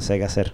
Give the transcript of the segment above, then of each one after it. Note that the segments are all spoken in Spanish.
No sé qué hacer.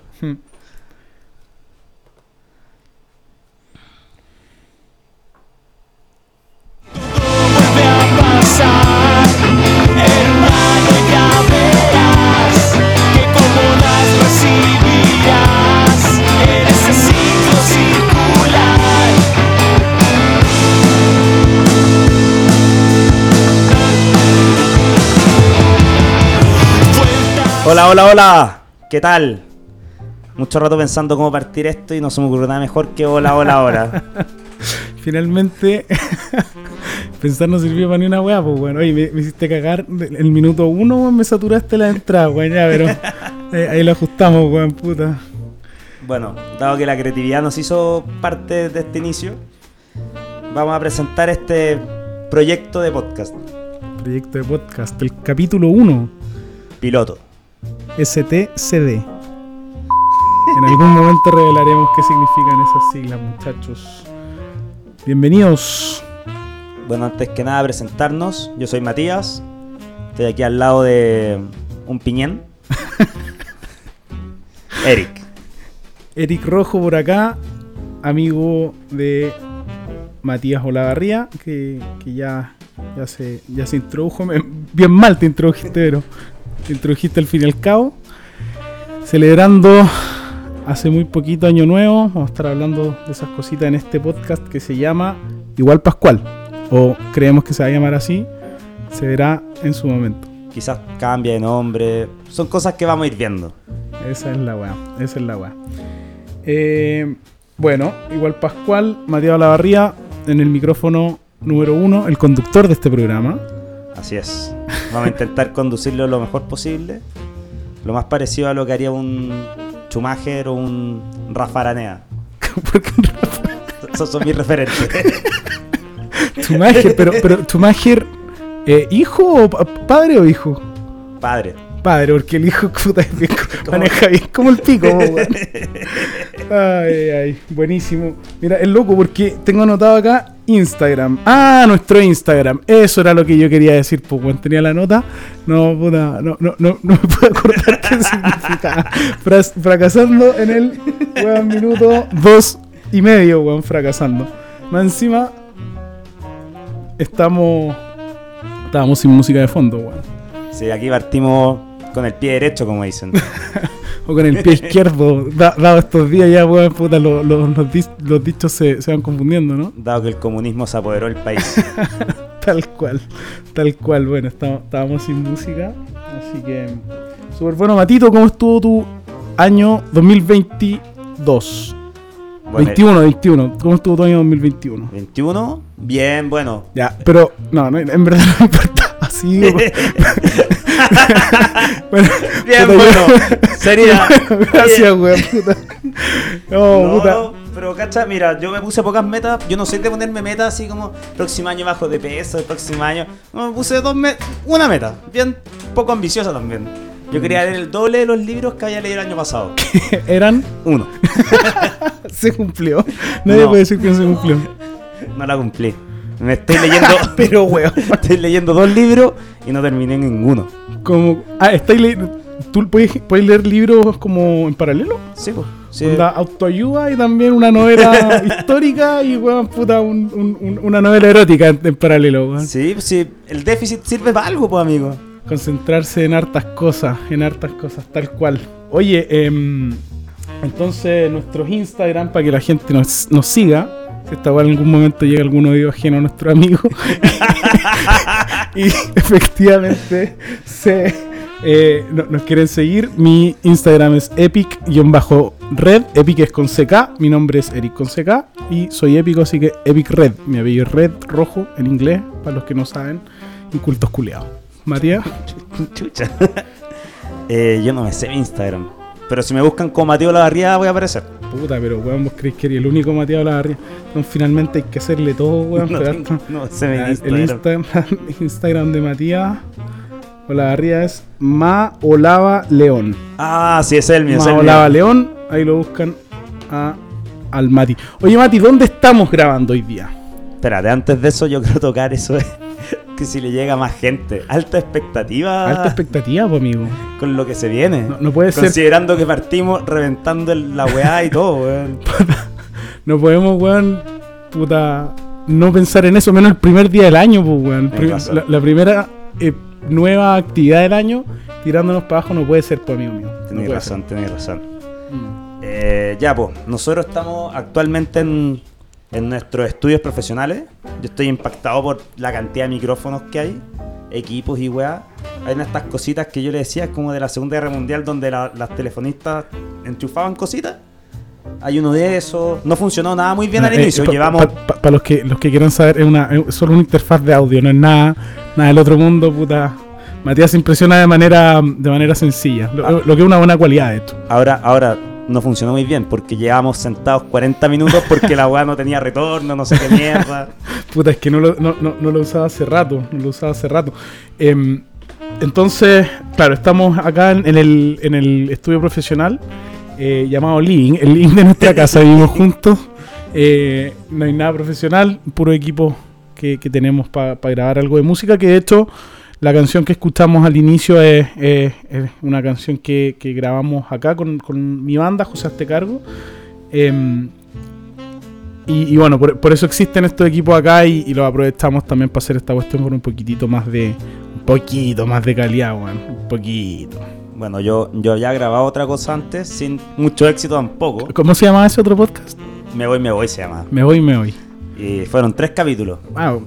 Hola, hola, hola. ¿Qué tal? Mucho rato pensando cómo partir esto y no se me ocurrió nada mejor que hola, hola, hola. Finalmente, pensar no sirvió para ni una weá, pues bueno. Oye, me hiciste cagar el minuto 1, weón, me saturaste la entrada, weón, ya, pero ahí lo ajustamos, weón, puta. Bueno, dado que la creatividad nos hizo parte de este inicio, vamos a presentar este proyecto de podcast. Proyecto de podcast, el capítulo 1. Piloto. STCD. En algún momento revelaremos qué significan esas siglas, muchachos. Bienvenidos. Bueno, antes que nada presentarnos, yo soy Matías, estoy aquí al lado de un piñén. Eric Rojo por acá, amigo de Matías Olavarría, que ya se introdujo. Bien mal te introdujiste, pero te introdujiste al fin y al cabo. Celebrando hace muy poquito Año Nuevo, vamos a estar hablando de esas cositas en este podcast que se llama Igual Pascual, o creemos que se va a llamar así, se verá en su momento. Quizás cambie de nombre, son cosas que vamos a ir viendo. Esa es la weá. Bueno, Igual Pascual, Matías Olavarría en el micrófono número 1, el conductor de este programa. Así es, vamos a intentar conducirlo lo mejor posible, lo más parecido a lo que haría un Schumacher o un Rafa Aranea. ¿Por qué Rafa? Esos son mis referentes. Schumacher, pero Schumacher, ¿hijo o padre o hijo? Padre, porque el hijo puta es bien, maneja bien como el pico, weón. Ay, buenísimo. Mira, es loco porque tengo anotado acá Instagram. Nuestro Instagram. Eso era lo que yo quería decir, pues, weón. Tenía la nota. No, puta, no me puedo acordar qué significa. Fracasando en el, weón, minuto 2:30, weón, fracasando. Más encima, estábamos sin música de fondo, weón. Sí, aquí partimos con el pie derecho, como dicen. O con el pie izquierdo, dado estos días ya, weón, puta, los dichos se van confundiendo, ¿no? Dado que el comunismo se apoderó del país. Tal cual, bueno, estábamos sin música, así que súper bueno. Matito, ¿cómo estuvo tu año 2022? Bueno, 21, ¿cómo estuvo tu año 2021? 21, bien, bueno. Ya, pero, no, en verdad no me importa, así. Bueno, bien, bueno, sería. Gracias, weón, puta. No, pero cacha, mira, yo me puse pocas metas. Yo no soy de ponerme metas así como próximo año bajo de peso, el próximo año. No, me puse una meta, bien poco ambiciosa también. Yo quería leer el doble de los libros que había leído el año pasado. ¿Eran? 1. Se cumplió. Nadie puede decir que no se cumplió. No la cumplí. Me estoy leyendo. Pero, weón. Estoy leyendo 2 libros y no terminé ninguno. Como. ¿Estáis leyendo? ¿Tú puedes leer libros como en paralelo? Sí, pues. Sí. Una autoayuda y también una novela histórica y, weón, puta, una novela erótica en paralelo, weón. Sí, sí. El déficit sirve para algo, pues, amigo. Concentrarse en hartas cosas, tal cual. Oye, entonces nuestros Instagram, para que la gente nos siga, si esta en algún momento llega algún oído ajeno a nuestro amigo, y efectivamente nos quieren seguir, mi Instagram es epic_red, epic es con CK, mi nombre es Eric con CK, y soy épico, así que Epic Red, mi apellido es Red, rojo, en inglés, para los que no saben, incultos culiados. Matías. Chucha. Yo no me sé mi Instagram. Pero si me buscan como Mateo Olavarría voy a aparecer. Puta, pero weón, vos crees que eres el único Mateo Olavarría. Entonces finalmente hay que hacerle todo, weón. No sé mi Instagram. El Instagram de Matías Olavarría es Maolava León. Ah, sí, es el mío. Maolava León, ahí lo buscan al Mati. Oye, Mati, ¿dónde estamos grabando hoy día? Espérate, antes de eso yo quiero tocar eso. que si le llega más gente. Alta expectativa. Alta expectativa, pues, amigo. Con lo que se viene. No puede ser. Considerando que partimos reventando la weá y todo, weón. No podemos, weón, puta, no pensar en eso, menos el primer día del año, pues, weón. La primera nueva actividad del año, tirándonos para abajo, no puede ser, pues, amigo mío. Tenés razón. Ya, pues, nosotros estamos actualmente en nuestros estudios profesionales. Yo estoy impactado por la cantidad de micrófonos que hay, equipos y weá. Hay estas cositas que yo le decía, es como de la Segunda Guerra Mundial, donde las telefonistas enchufaban cositas. Hay uno de esos. No funcionó nada muy bien al inicio. Llevamos... Para los que quieran saber, es solo una interfaz de audio, no es nada del otro mundo, puta. Matías se impresiona de manera sencilla. Lo que es una buena cualidad de esto. Ahora no funcionó muy bien porque llevamos sentados 40 minutos porque la weá no tenía retorno, no sé qué mierda. Puta, es que no lo usaba hace rato. Entonces, claro, estamos acá en el estudio profesional llamado Living, el living de nuestra casa. Vivimos juntos. No hay nada profesional, puro equipo que tenemos para grabar algo de música, que de hecho la canción que escuchamos al inicio es una canción que grabamos acá con mi banda, José Hazte Cargo. Y bueno, por eso existen estos equipos acá y los aprovechamos también para hacer esta cuestión con un poquito más de calidad, weón. Un poquito. Bueno, yo había grabado otra cosa antes, sin mucho éxito tampoco. ¿Cómo se llama ese otro podcast? Me voy se llama. Me voy. Y fueron 3 capítulos. Wow,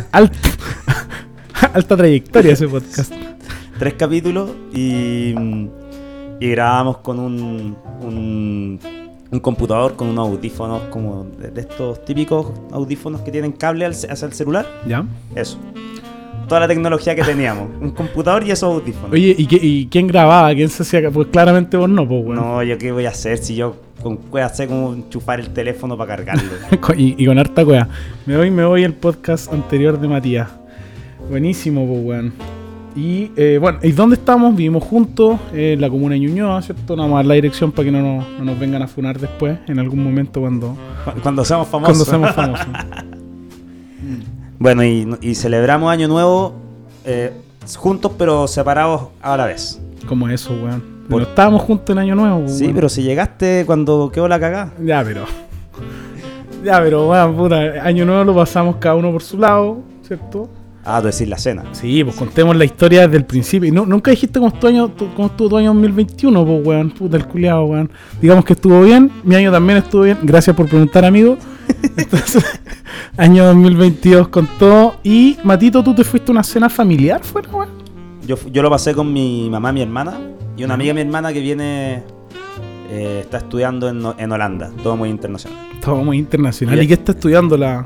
alta trayectoria ese podcast. 3 capítulos y grabamos con un computador con unos audífonos como de estos típicos audífonos que tienen cable hacia el celular. ¿Ya? Eso. Toda la tecnología que teníamos. Un computador y esos audífonos. Oye, ¿y quién grababa? ¿Quién se hacía? Pues claramente vos no, pues, bueno. No, yo qué voy a hacer si yo voy a hacer como enchufar el teléfono para cargarlo. y con harta cueva. Me voy el podcast anterior de Matías. Buenísimo, pues, weón. Y bueno, ¿y dónde estamos? Vivimos juntos en la comuna de Ñuñoa, ¿cierto? No vamos a dar la dirección para que no nos vengan a funar después, en algún momento cuando seamos famosos. Bueno, y celebramos Año Nuevo juntos pero separados a la vez. ¿Cómo eso, weón? Pero estábamos juntos en Año Nuevo, sí, weón. Pero si llegaste cuando quedó la cagada. Ya, pero, weón, puta, Año Nuevo lo pasamos cada uno por su lado, ¿cierto? Ah, tú decís la cena. Sí, pues contemos la historia desde el principio. Nunca dijiste cómo estuvo tu año 2021, pues, weón. Puta, el culiado, weón. Digamos que estuvo bien. Mi año también estuvo bien. Gracias por preguntar, amigo. Entonces, año 2022 con todo. Y, Matito, ¿tú te fuiste a una cena familiar fuera, weón? Yo lo pasé con mi mamá, mi hermana. Y una amiga de mi hermana que viene... está estudiando en Holanda. Todo muy internacional. Todo muy internacional. ¿Y qué está estudiando la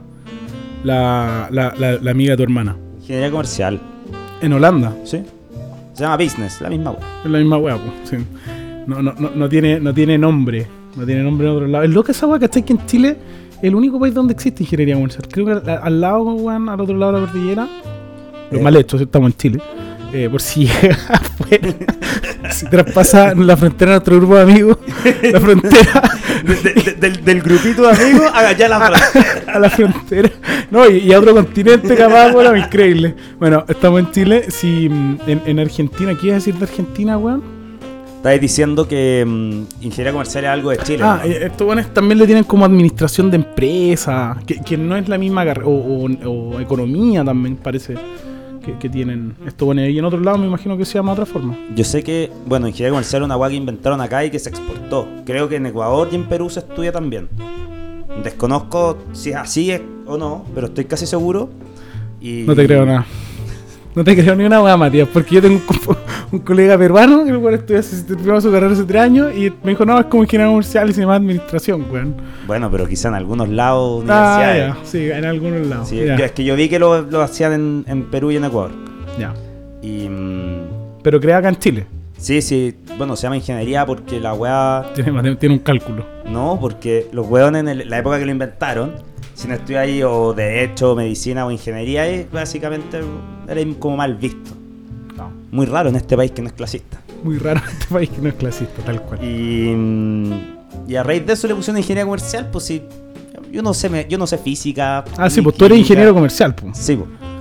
amiga de tu hermana? Ingeniería comercial. ¿En Holanda? Sí. Se llama Business, la misma wea. Es la misma wea, pues. Sí. No tiene nombre. No tiene nombre en otro lado. Es loca esa wea, ¿cachai? Que en Chile es el único país donde existe ingeniería comercial. Creo que al lado, weón, al otro lado de la cordillera. Lo mal hecho, estamos en Chile. Por si llega afuera. Si traspasa la frontera de nuestro grupo de amigos, la frontera del grupito de amigos allá a la frontera. No, y a otro continente capaz, bueno, increíble. Bueno, estamos en Chile. Si en Argentina, ¿qué ibas a decir de Argentina, weón? Estabas diciendo que ingeniería comercial es algo de Chile. Ah, ¿no? Estos weones también le tienen como administración de empresas, que no es la misma carrera, o economía también parece. Que tienen esto, bueno, y en otro lado me imagino que se llama de otra forma. Yo sé que, bueno, ingeniería comercial es una hueá que inventaron acá y que se exportó. Creo que en Ecuador y en Perú se estudia también. Desconozco si es así o no, pero estoy casi seguro. Y... No te creo nada. No te creo ni una hueá, Matías, porque yo tengo un colega peruano que el cual terminó su carrera hace 3 años y me dijo, no, es como ingeniería comercial y se llama administración, weón. Bueno, pero quizá en algunos lados, universidades. Ya, sí, en algunos lados. Sí, es que yo vi que lo hacían en Perú y en Ecuador. Ya. Y, pero crea acá en Chile. Sí, bueno, se llama ingeniería porque la weá... Tiene un cálculo. No, porque los weones en la época que lo inventaron, si no estudié ahí o derecho, medicina o ingeniería, básicamente era como mal visto. No. Muy raro en este país que no es clasista. Muy raro en este país que no es clasista, tal cual. Y a raíz de eso le pusieron ingeniería comercial, pues sí. Yo no sé física. Ah, sí, pues tú eres ingeniero comercial, pues. Sí, pues.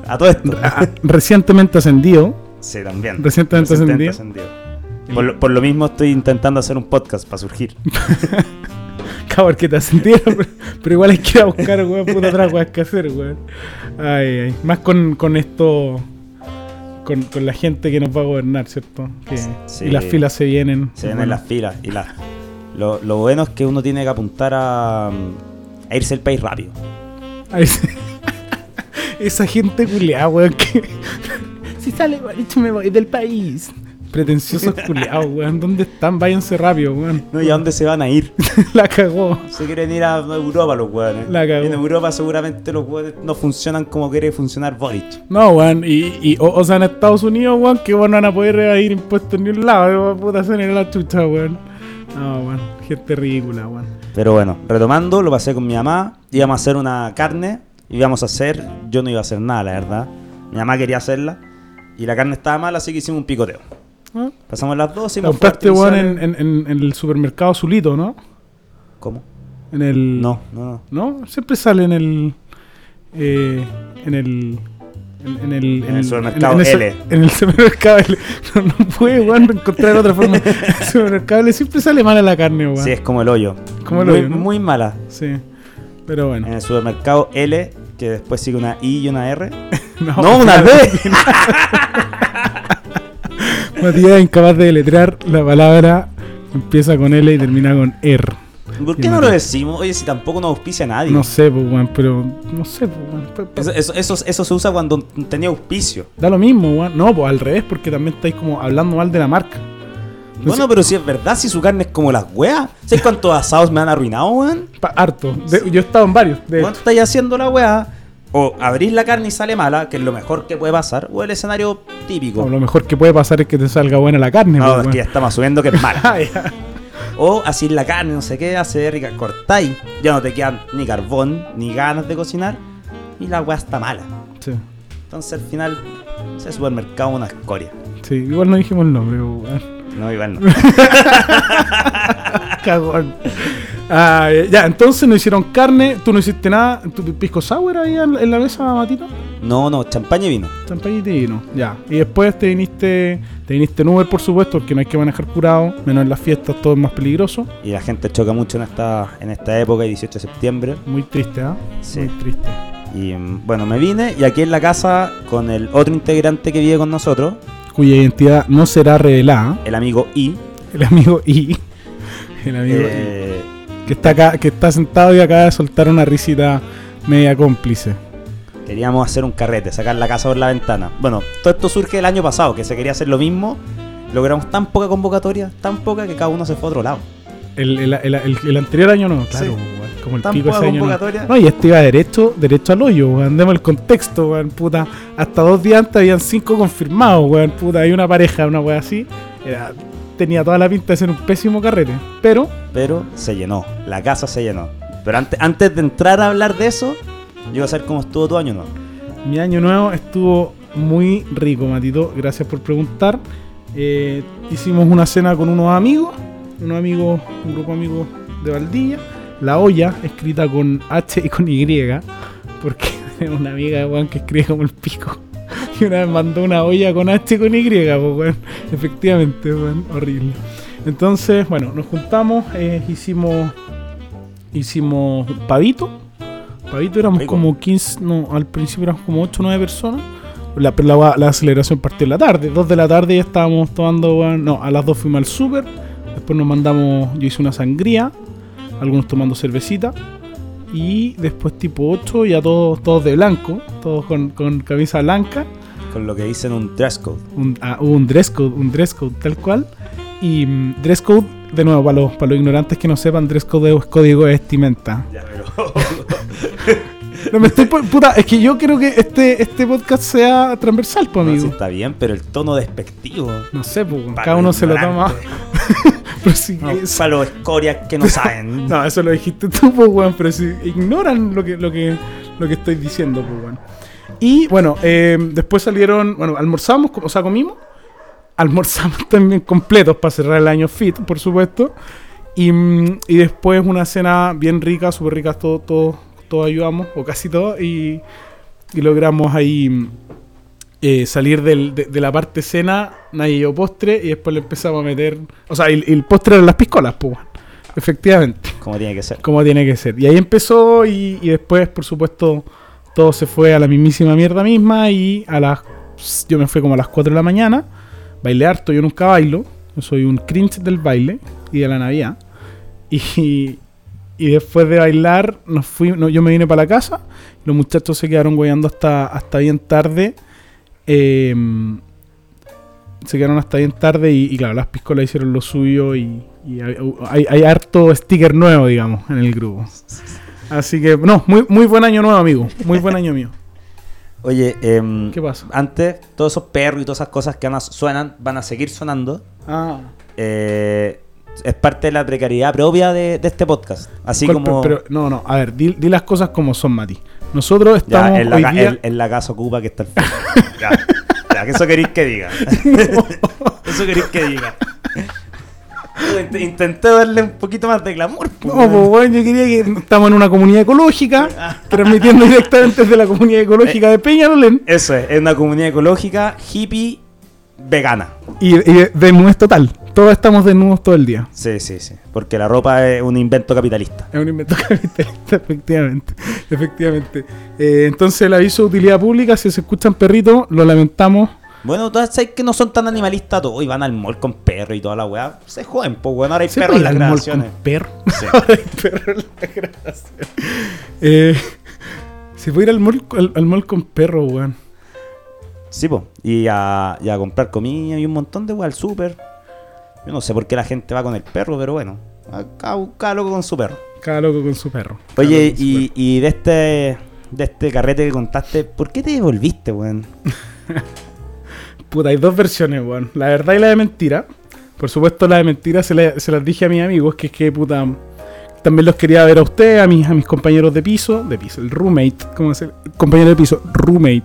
A todo esto. Recientemente ascendido. Sí, también. Recientemente ascendido. Por lo mismo estoy intentando hacer un podcast para surgir. Cabrón, que te ascendieron, pero igual hay que ir a buscar, weón, puta otras weas que hacer, weón. Ay. Más con esto, con la gente que nos va a gobernar, ¿cierto? Sí. Y las filas se vienen. Se vienen las filas. Y lo bueno es que uno tiene que apuntar a irse del país rápido. Esa gente culiada, weón, que... Si sale, me voy del país. Pretenciosos culiados, weón. ¿Dónde están? Váyanse rápido, weón. No, ¿y a dónde se van a ir? La cagó. Se quieren ir a Europa los weones. La cagó. En Europa seguramente los weones no funcionan como quiere funcionar Boric. No, weón. O sea, en Estados Unidos, weón, que bueno, no van a poder ir impuestos ni un lado. Weón, puta, se la chucha, weón. No, weón. Gente ridícula, weón. Pero bueno, retomando, lo pasé con mi mamá. Íbamos a hacer una carne. Íbamos a hacer... Yo no iba a hacer nada, la verdad. Mi mamá quería hacerla. Y la carne estaba mala, así que hicimos un picoteo. ¿Ah? Pasamos las dos. La compraste, weón, en el supermercado Zulito, ¿no? ¿Cómo? En el... No. ¿No? Siempre sale en el... En el supermercado L. En el supermercado L. No puede, weón, encontrar otra forma. En el supermercado L siempre sale mala la carne, weón. Sí, es como el hoyo. Como el hoyo, ¿no? Muy mala. Sí. Pero bueno. En el supermercado L, que después sigue una I y una R. No, una B. Matías es incapaz de deletrear la palabra que empieza con L y termina con R. ¿Por qué no lo decimos? Oye, si tampoco nos auspicia a nadie. No sé, pues, weón, pero... No sé, pues, weón. Eso se usa cuando tenía auspicio. Da lo mismo, weón. No, pues al revés, porque también estáis como hablando mal de la marca. Entonces, bueno, pero si es verdad, si su carne es como las weas. ¿Sabes cuántos asados me han arruinado, weón? Harto. Yo he estado en varios. ¿Cuánto estáis haciendo la wea? O abrís la carne y sale mala, que es lo mejor que puede pasar, o el escenario típico. O lo mejor que puede pasar es que te salga buena la carne. No, pues, es weón. que ya estamos asumiendo que es mala. Ah, ya. O así la carne, no sé qué, hace rica, cortáis, ya no te quedan ni carbón, ni ganas de cocinar, y la weá está mala. Sí. Entonces al final, ese supermercado es una escoria. Sí, igual no dijimos el nombre, weón. No, igual no. Cagón. Ah, ya, entonces no hicieron carne, tú no hiciste nada. ¿Tu pisco sour ahí en la mesa, Matito? No, champaña y vino. Champaña y vino, ya. Y después te viniste en Uber, por supuesto, porque no hay que manejar curado, menos en las fiestas, todo es más peligroso. Y la gente choca mucho en esta época, el 18 de septiembre. Muy triste, ¿ah? Sí. Muy triste. Y bueno, me vine y aquí en la casa con el otro integrante que vive con nosotros, Cuya identidad no será revelada. el amigo I. El amigo I. El amigo I. Que está acá, que está sentado y acaba de soltar una risita media cómplice. Queríamos hacer un carrete, sacar la casa por la ventana. Bueno, todo esto surge del año pasado, que se quería hacer lo mismo. Logramos tan poca convocatoria, tan poca, que cada uno se fue a otro lado. El anterior año no, claro, Sí. weón, como el Tan pico poca ese año. convocatoria. No, y este iba derecho al hoyo, weón. Demos el contexto, weón, puta. Hasta 2 días antes habían 5 confirmados, weón, puta. Hay una pareja, una weón así. Tenía toda la pinta de ser un pésimo carrete. Pero se llenó, la casa se llenó. Pero antes de entrar a hablar de eso, yo iba a saber cómo estuvo tu año nuevo. mi año nuevo estuvo muy rico, Matito. Gracias por preguntar. Hicimos una cena con un grupo de amigos de Valdivia. La olla, escrita con H y con Y, porque tenemos una amiga, weón, que escribe como el pico. Y una vez mandó una olla con H y con Y, pues, weón. Efectivamente, weón, horrible. Entonces, bueno, nos juntamos, hicimos pavito. Pavito éramos Rico. como 15, no, al principio éramos como 8 o 9 personas. Pero la celebración partió en la tarde. 2 de la tarde ya estábamos tomando, weón. No, a las 2 fuimos al súper. Después nos mandamos, yo hice una sangría, algunos tomando cervecita. Y después tipo 8 ya todos de blanco, todos con camisa blanca. Con lo que dicen un dress code. Hubo un dress code tal cual. Y dress code, de nuevo, para los ignorantes que no sepan, dress code es código de vestimenta. Ya, pero... No me estoy puta, es que yo quiero que este podcast sea transversal, pues, No, amigo. sí está bien, pero el tono despectivo. No sé, pues, Para cada uno los se lo toma. ignorantes. Pero si No, para los escorias que no saben. no, eso lo dijiste tú, pues, weón. Pero si ignoran lo que estoy diciendo, pues, weón. Y bueno, después salieron, bueno, almorzamos, o sea, comimos. Almorzamos también completos para cerrar el año fit, por supuesto. Y después una cena bien rica, súper rica, todos ayudamos, o casi todos. Y y logramos ahí salir de la parte cena, nadie llevó postre y después le empezamos a meter... O sea, el postre eran las piscolas, pues, efectivamente. Como tiene que ser. Como tiene que ser. Y ahí empezó y después, por supuesto, todo se fue a la mismísima mierda misma y yo me fui como a las 4 de la mañana, bailé harto, yo nunca bailo, yo soy un cringe del baile y de la Navidad. Y después de bailar yo me vine para la casa, los muchachos se quedaron hueando hasta bien tarde. Se quedaron hasta bien tarde y claro, las piscolas hicieron lo suyo y hay harto sticker nuevo, digamos, en el grupo. Así que, no, muy buen año nuevo, amigo. Muy buen año mío. Oye, ¿qué pasa? Antes, todos esos perros y todas esas cosas que suenan, van a seguir sonando. Es parte de la precariedad propia de este podcast. Así como... Pero, no, a ver, di las cosas como son, Mati. Nosotros estamos en la casa ocupa que está el perro. Ya, que eso queréis que diga. Eso queréis que diga. Intenté darle un poquito más de glamour. No, pues bueno, yo quería que estamos en una comunidad ecológica, transmitiendo directamente desde la comunidad ecológica de Peñalolén. Eso es una comunidad ecológica, hippie, vegana. Y desnudez total. Todos estamos desnudos todo el día. Sí. Porque la ropa es un invento capitalista. Es un invento capitalista, efectivamente. Entonces el aviso de utilidad pública, si se escuchan perritos, lo lamentamos. Bueno, todas sabes que no son tan animalistas todos y van al mall con perro y toda la weá. Se joden, pues bueno, ahora hay perros en las grabaciones. ¿Perro? Sí. Ahora hay perro en las grabaciones. Se puede ir al mall con perro, weón. Sí, pues. Y a comprar comida y un montón de weá al súper. Yo no sé por qué la gente va con el perro, pero bueno. Cada loco con su perro. Cada loco con su perro. Oye, y de este carrete que contaste, ¿por qué te devolviste, weón? Puta, hay dos versiones, weón. La verdad y la de mentira. Por supuesto, la de mentira se las dije a mis amigos, que es que, puta, también los quería ver a ustedes, a mis compañeros de piso, el roommate, ¿cómo se llama? Compañero de piso, roommate.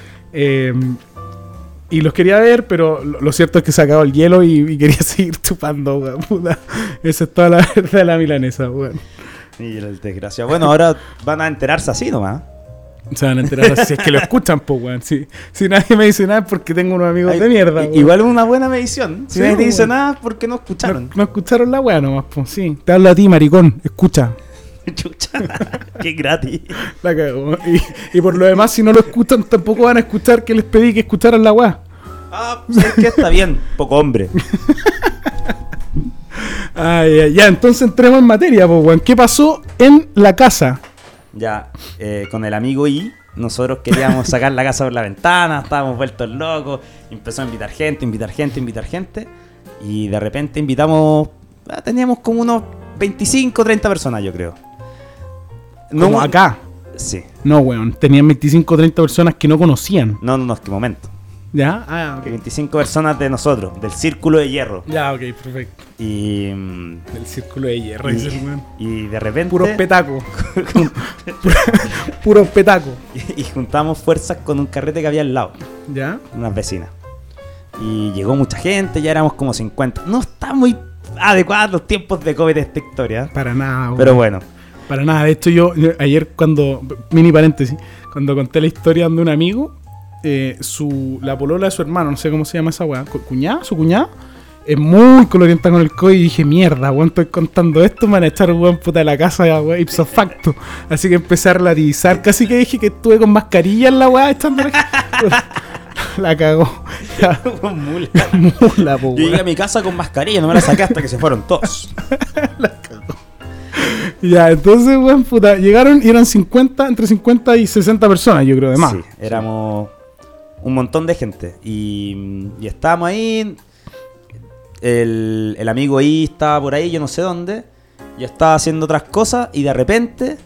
Y los quería ver, pero lo cierto es que se acabó el hielo y quería seguir chupando, weón. Puta. Esa es toda la verdad de la milanesa, weón. Y el desgraciado. Bueno, ahora van a enterarse así nomás. Se van a enterar si es que lo escuchan, pues, weón. Si nadie me dice nada es porque tengo unos amigos de mierda, weón. Igual es una buena medición. Si Sí, nadie te dice weón. nada es porque no escucharon. No escucharon la weá nomás, pues, sí. Te hablo a ti, maricón. Escucha. Chucha. Qué gratis. La cago. Y por lo demás, si no lo escuchan, tampoco van a escuchar que les pedí que escucharan la weá. ¿Sabes qué? Está bien. Poco hombre. Ya, entonces entremos en materia, pues, weón. ¿Qué pasó en la casa? Ya, con el amigo I, nosotros queríamos sacar la casa por la ventana, estábamos vueltos locos, empezó a invitar gente, y de repente invitamos, teníamos como unos 25, 30 personas, yo creo. Como acá. Sí. No, weón. Tenían 25 o 30 personas que no conocían. No, qué momento. ¿Ya? Ah, Que 25 personas de nosotros, del círculo de hierro. Ya, ok, perfecto. Y El círculo de hierro, dice el weón. y de repente... Puros petacos. Puros petacos. y juntamos fuerzas con un carrete que había al lado, ¿Ya? unas vecinas. Y llegó mucha gente, ya éramos como 50. No está muy adecuados los tiempos de COVID de esta historia. Para nada, weón. Pero bueno. Para nada. De hecho, yo ayer mini paréntesis, cuando conté la historia de un amigo, la polola de su hermano, no sé cómo se llama esa weá, su cuñada, es muy colorienta con el COVID y dije, mierda, weón, estoy contando esto, me van a echar weón puta de la casa, weón, ipso facto. Así que empecé a relativizar, casi que dije que estuve con mascarilla en la weá echando la cagó. Mula. Mula, po, Yo llegué weón. a mi casa con mascarilla, no me la saqué hasta que se fueron todos. Ya, entonces, weón, puta, llegaron y eran entre 50 y 60 personas, yo creo, de más. Sí, éramos un montón de gente. Y estábamos ahí. El amigo I estaba por ahí, yo no sé dónde. Yo estaba haciendo otras cosas y de repente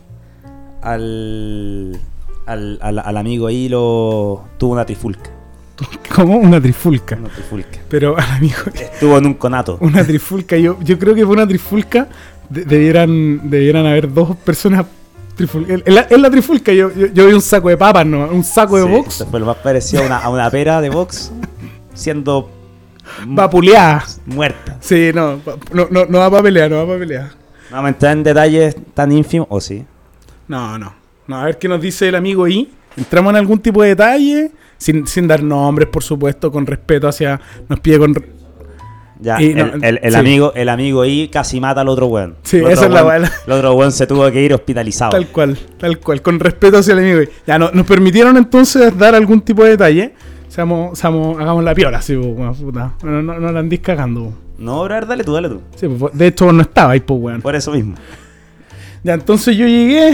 al amigo I tuvo una trifulca. Como una trifulca. Una trifulca. Pero al amigo, Estuvo en un conato. una trifulca, yo creo que fue una trifulca. Debieran haber dos personas trifulca. En la trifulca yo vi un saco de papas, ¿no? Un saco de Sí, box eso fue lo más parecido a una pera de box siendo vapuleada. muerta. Sí, no va para pelear, no va para pelear. No vamos a entrar en detalles tan ínfimos, ¿o sí? No, a ver qué nos dice el amigo I entramos en algún tipo de detalle, sin dar nombres, por supuesto, con respeto hacia... Nos pide con... Ya, Y no, el sí. amigo ahí casi mata al otro weón. Sí, El otro esa es la weón- weá. El otro weón se tuvo que ir hospitalizado. Tal cual, con respeto hacia el amigo. Ya nos permitieron entonces dar algún tipo de detalle. Hagamos la piola, sí, pues, weón, puta. No la andís cagando. Weón. No, bro, dale tú. Sí, pues, de hecho no estaba ahí, pues, weón. Por eso mismo. Ya, entonces yo llegué,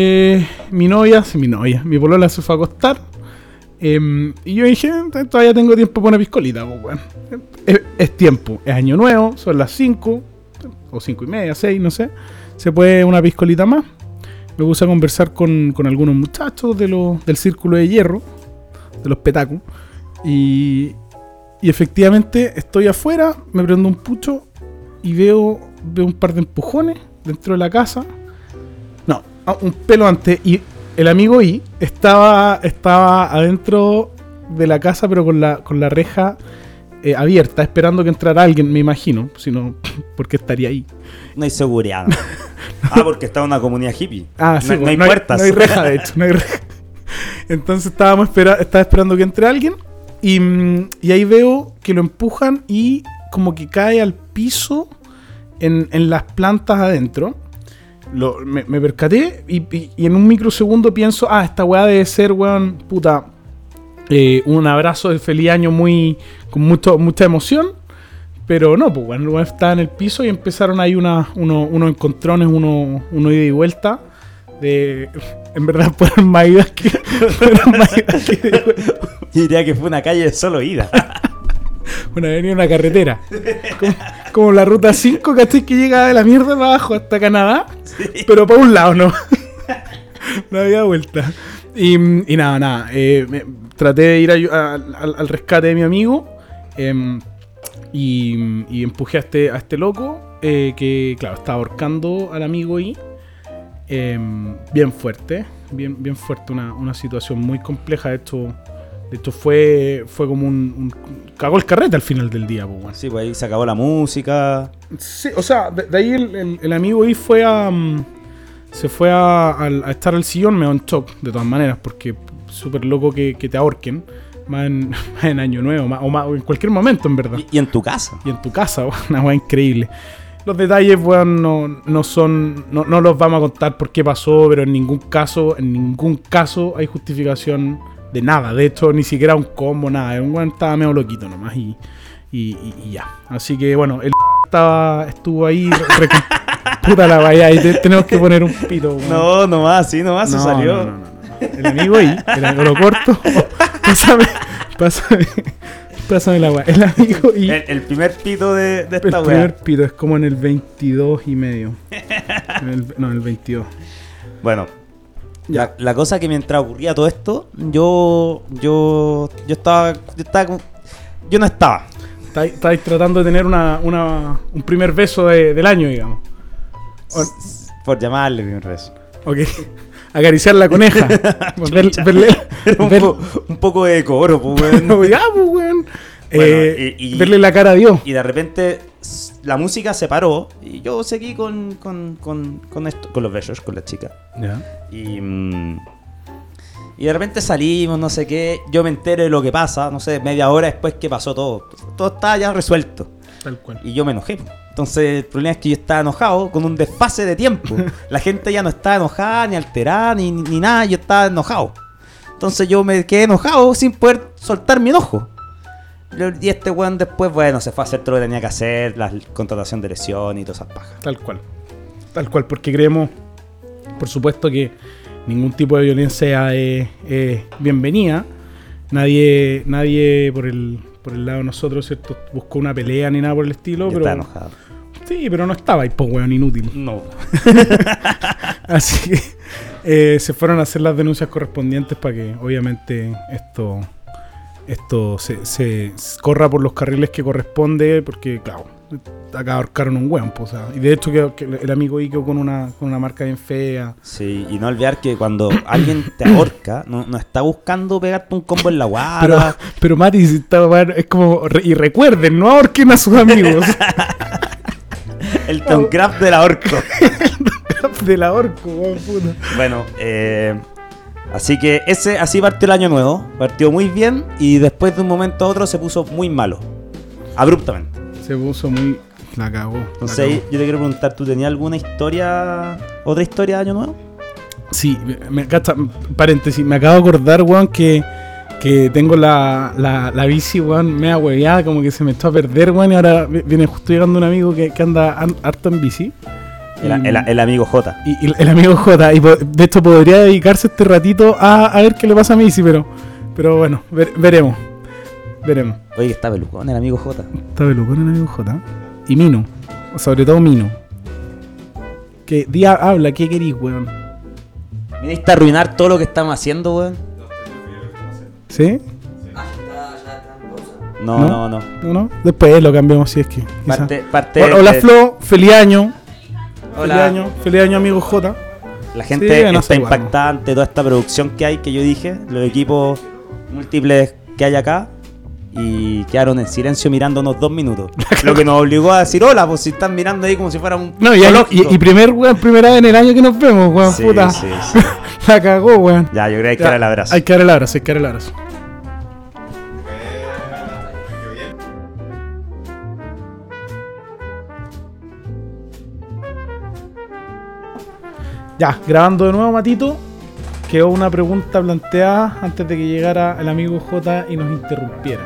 mi polola se fue a acostar. Y yo dije, todavía tengo tiempo para una piscolita, pues, weón. Es tiempo, es año nuevo, son las 5, o 5:30, 6, no sé. Se puede una piscolita más. Me puse a conversar con algunos muchachos del círculo de hierro, de los petacos. Y efectivamente estoy afuera, me prendo un pucho y veo un par de empujones dentro de la casa. No, un pelo antes. Y el amigo I estaba adentro de la casa, pero con la reja abierta, esperando que entrara alguien, me imagino. Si no, porque estaría ahí. No hay seguridad. Porque está en una comunidad hippie. Sí, no hay no puertas. No hay reja, de hecho, no hay reja. Entonces estaba esperando que entre alguien. Y ahí veo que lo empujan y como que cae al piso en las plantas adentro. Me percaté y en un microsegundo pienso, esta weá debe ser, weón, puta, un abrazo de feliz año con mucha emoción. Pero no, pues bueno, estaba en el piso y empezaron ahí unos encontrones, uno ida y vuelta. En verdad fueron más idas que... Yo diría que fue una calle de solo ida. Una avenida, una carretera. Como la ruta 5, ¿cachai? Que llega de la mierda para abajo hasta Canadá. Sí. Pero para un lado, ¿no? No había vuelta. Y nada. Traté de ir al rescate de mi amigo. Y empujé a este loco. Que, claro, estaba ahorcando al amigo y... bien fuerte. Bien fuerte. Una situación muy compleja. De hecho fue como cagó el carrete al final del día, pues, bueno. Sí, pues ahí se acabó la música. Sí, o sea, de ahí el amigo ahí se fue a estar al sillón, me dio en shock, de todas maneras, porque súper loco que te ahorquen, más en Año Nuevo, o en cualquier momento, en verdad. Y en tu casa. Y en tu casa, una weá increíble. Los detalles, weón, no los vamos a contar por qué pasó, pero en ningún caso hay justificación de nada. De hecho, ni siquiera un combo, nada. El weón estaba medio loquito nomás y ya. Así que, bueno, él estuvo ahí. Puta la vaya, ahí tenemos que poner un pito, weón. No, nomás se salió. No. El amigo ahí, lo corto. Pásame la weá. El amigo y... El primer pito de esta El weá. primer pito es como en el 22 y medio. En el 22. Bueno, la cosa que mientras ocurría todo esto, yo no estaba. Estáis tratando de tener un primer beso del año, digamos. Por llamarle primer beso. Ok. Acariciar la coneja. Un poco de coro, pues, weón. Ya, pues, weón. Bueno, verle la cara a Dios. Y de repente la música se paró y yo seguí con esto, con los besos, con la chica. Ya. Y de repente salimos, no sé qué. Yo me entero de lo que pasa, no sé, media hora después que pasó todo. Todo estaba ya resuelto. Tal cual. Y yo me enojé. Entonces el problema es que yo estaba enojado con un desfase de tiempo. La gente ya no estaba enojada, ni alterada, ni nada. Yo estaba enojado. Entonces yo me quedé enojado sin poder soltar mi enojo. Y este weón después, bueno, se fue a hacer todo lo que tenía que hacer, la contratación de lesión y todas esas pajas. Tal cual, porque creemos, por supuesto, que ningún tipo de violencia es bienvenida. Nadie por el lado de nosotros, ¿cierto?, buscó una pelea ni nada por el estilo. Yo pero estaba enojado. Sí, pero no estaba ahí, pues, weón, inútil. No. Así que se fueron a hacer las denuncias correspondientes para que, obviamente, esto se corra por los carriles que corresponde, porque, claro, acá ahorcaron un weón, pues, o sea, y de hecho que el amigo ahí quedó con una marca bien fea. Sí, y no olvidar que cuando alguien te ahorca, no está buscando pegarte un combo en la guada. Pero Mati, si es como, y recuerden, no ahorquen a sus amigos. El Toncraft del ahorco. Del ahorco, weón, puta. Bueno, Así que así partió el año nuevo. Partió muy bien y después de un momento a otro se puso muy malo. Abruptamente. Se puso muy... La cagó. Entonces ahí yo te quiero preguntar, ¿tú tenías alguna historia, otra historia de año nuevo? Sí, paréntesis, me acabo de acordar, weón, que tengo la bici, weón, media hueveada, como que se me echó a perder, weón, y ahora viene justo llegando un amigo que anda harto en bici. El amigo J. Y el amigo J, y de hecho podría dedicarse este ratito a ver qué le pasa a mi bici, pero bueno, veremos. Oye, está pelucón el amigo J. Está pelucón el amigo J. Y Mino, sobre todo Mino. Que día habla, ¿qué querís, weón? Viniste a arruinar todo lo que estamos haciendo, weón. ¿Sí? No. Después lo cambiamos si es que. Parte Hola Flo, feliz año. Hola. Feliz año amigo J. La gente Sí, está impactante, toda esta producción que hay, que yo dije, los equipos múltiples que hay acá, y quedaron en silencio mirándonos 2 minutos. Lo que nos obligó a decir hola, pues si están mirando ahí como si fuera un No, y primera vez en el año que nos vemos, weón, sí, puta. Sí. La cagó, weón. Ya, yo creo que hay que dar el abrazo. Hay que dar el abrazo. Ya, grabando de nuevo, Matito. Quedó una pregunta planteada antes de que llegara el amigo J y nos interrumpiera.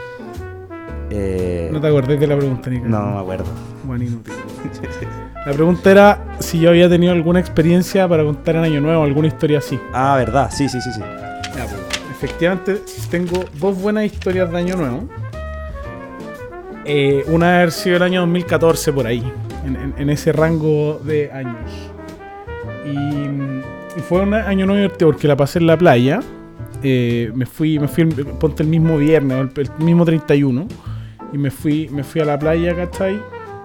¿No te acordás de la pregunta, Nico? No me acuerdo. Bueno, inútil. La pregunta era si yo había tenido alguna experiencia para contar en Año Nuevo, alguna historia así. Ah, verdad, sí. Ya, pues, efectivamente, tengo 2 buenas historias de Año Nuevo. Una debe haber sido el año 2014 por ahí, en ese rango de años. Y fue un año nuevo divertido porque la pasé en la playa. Me fui ponte el mismo viernes, el mismo 31. Y me fui a la playa, ¿cachai?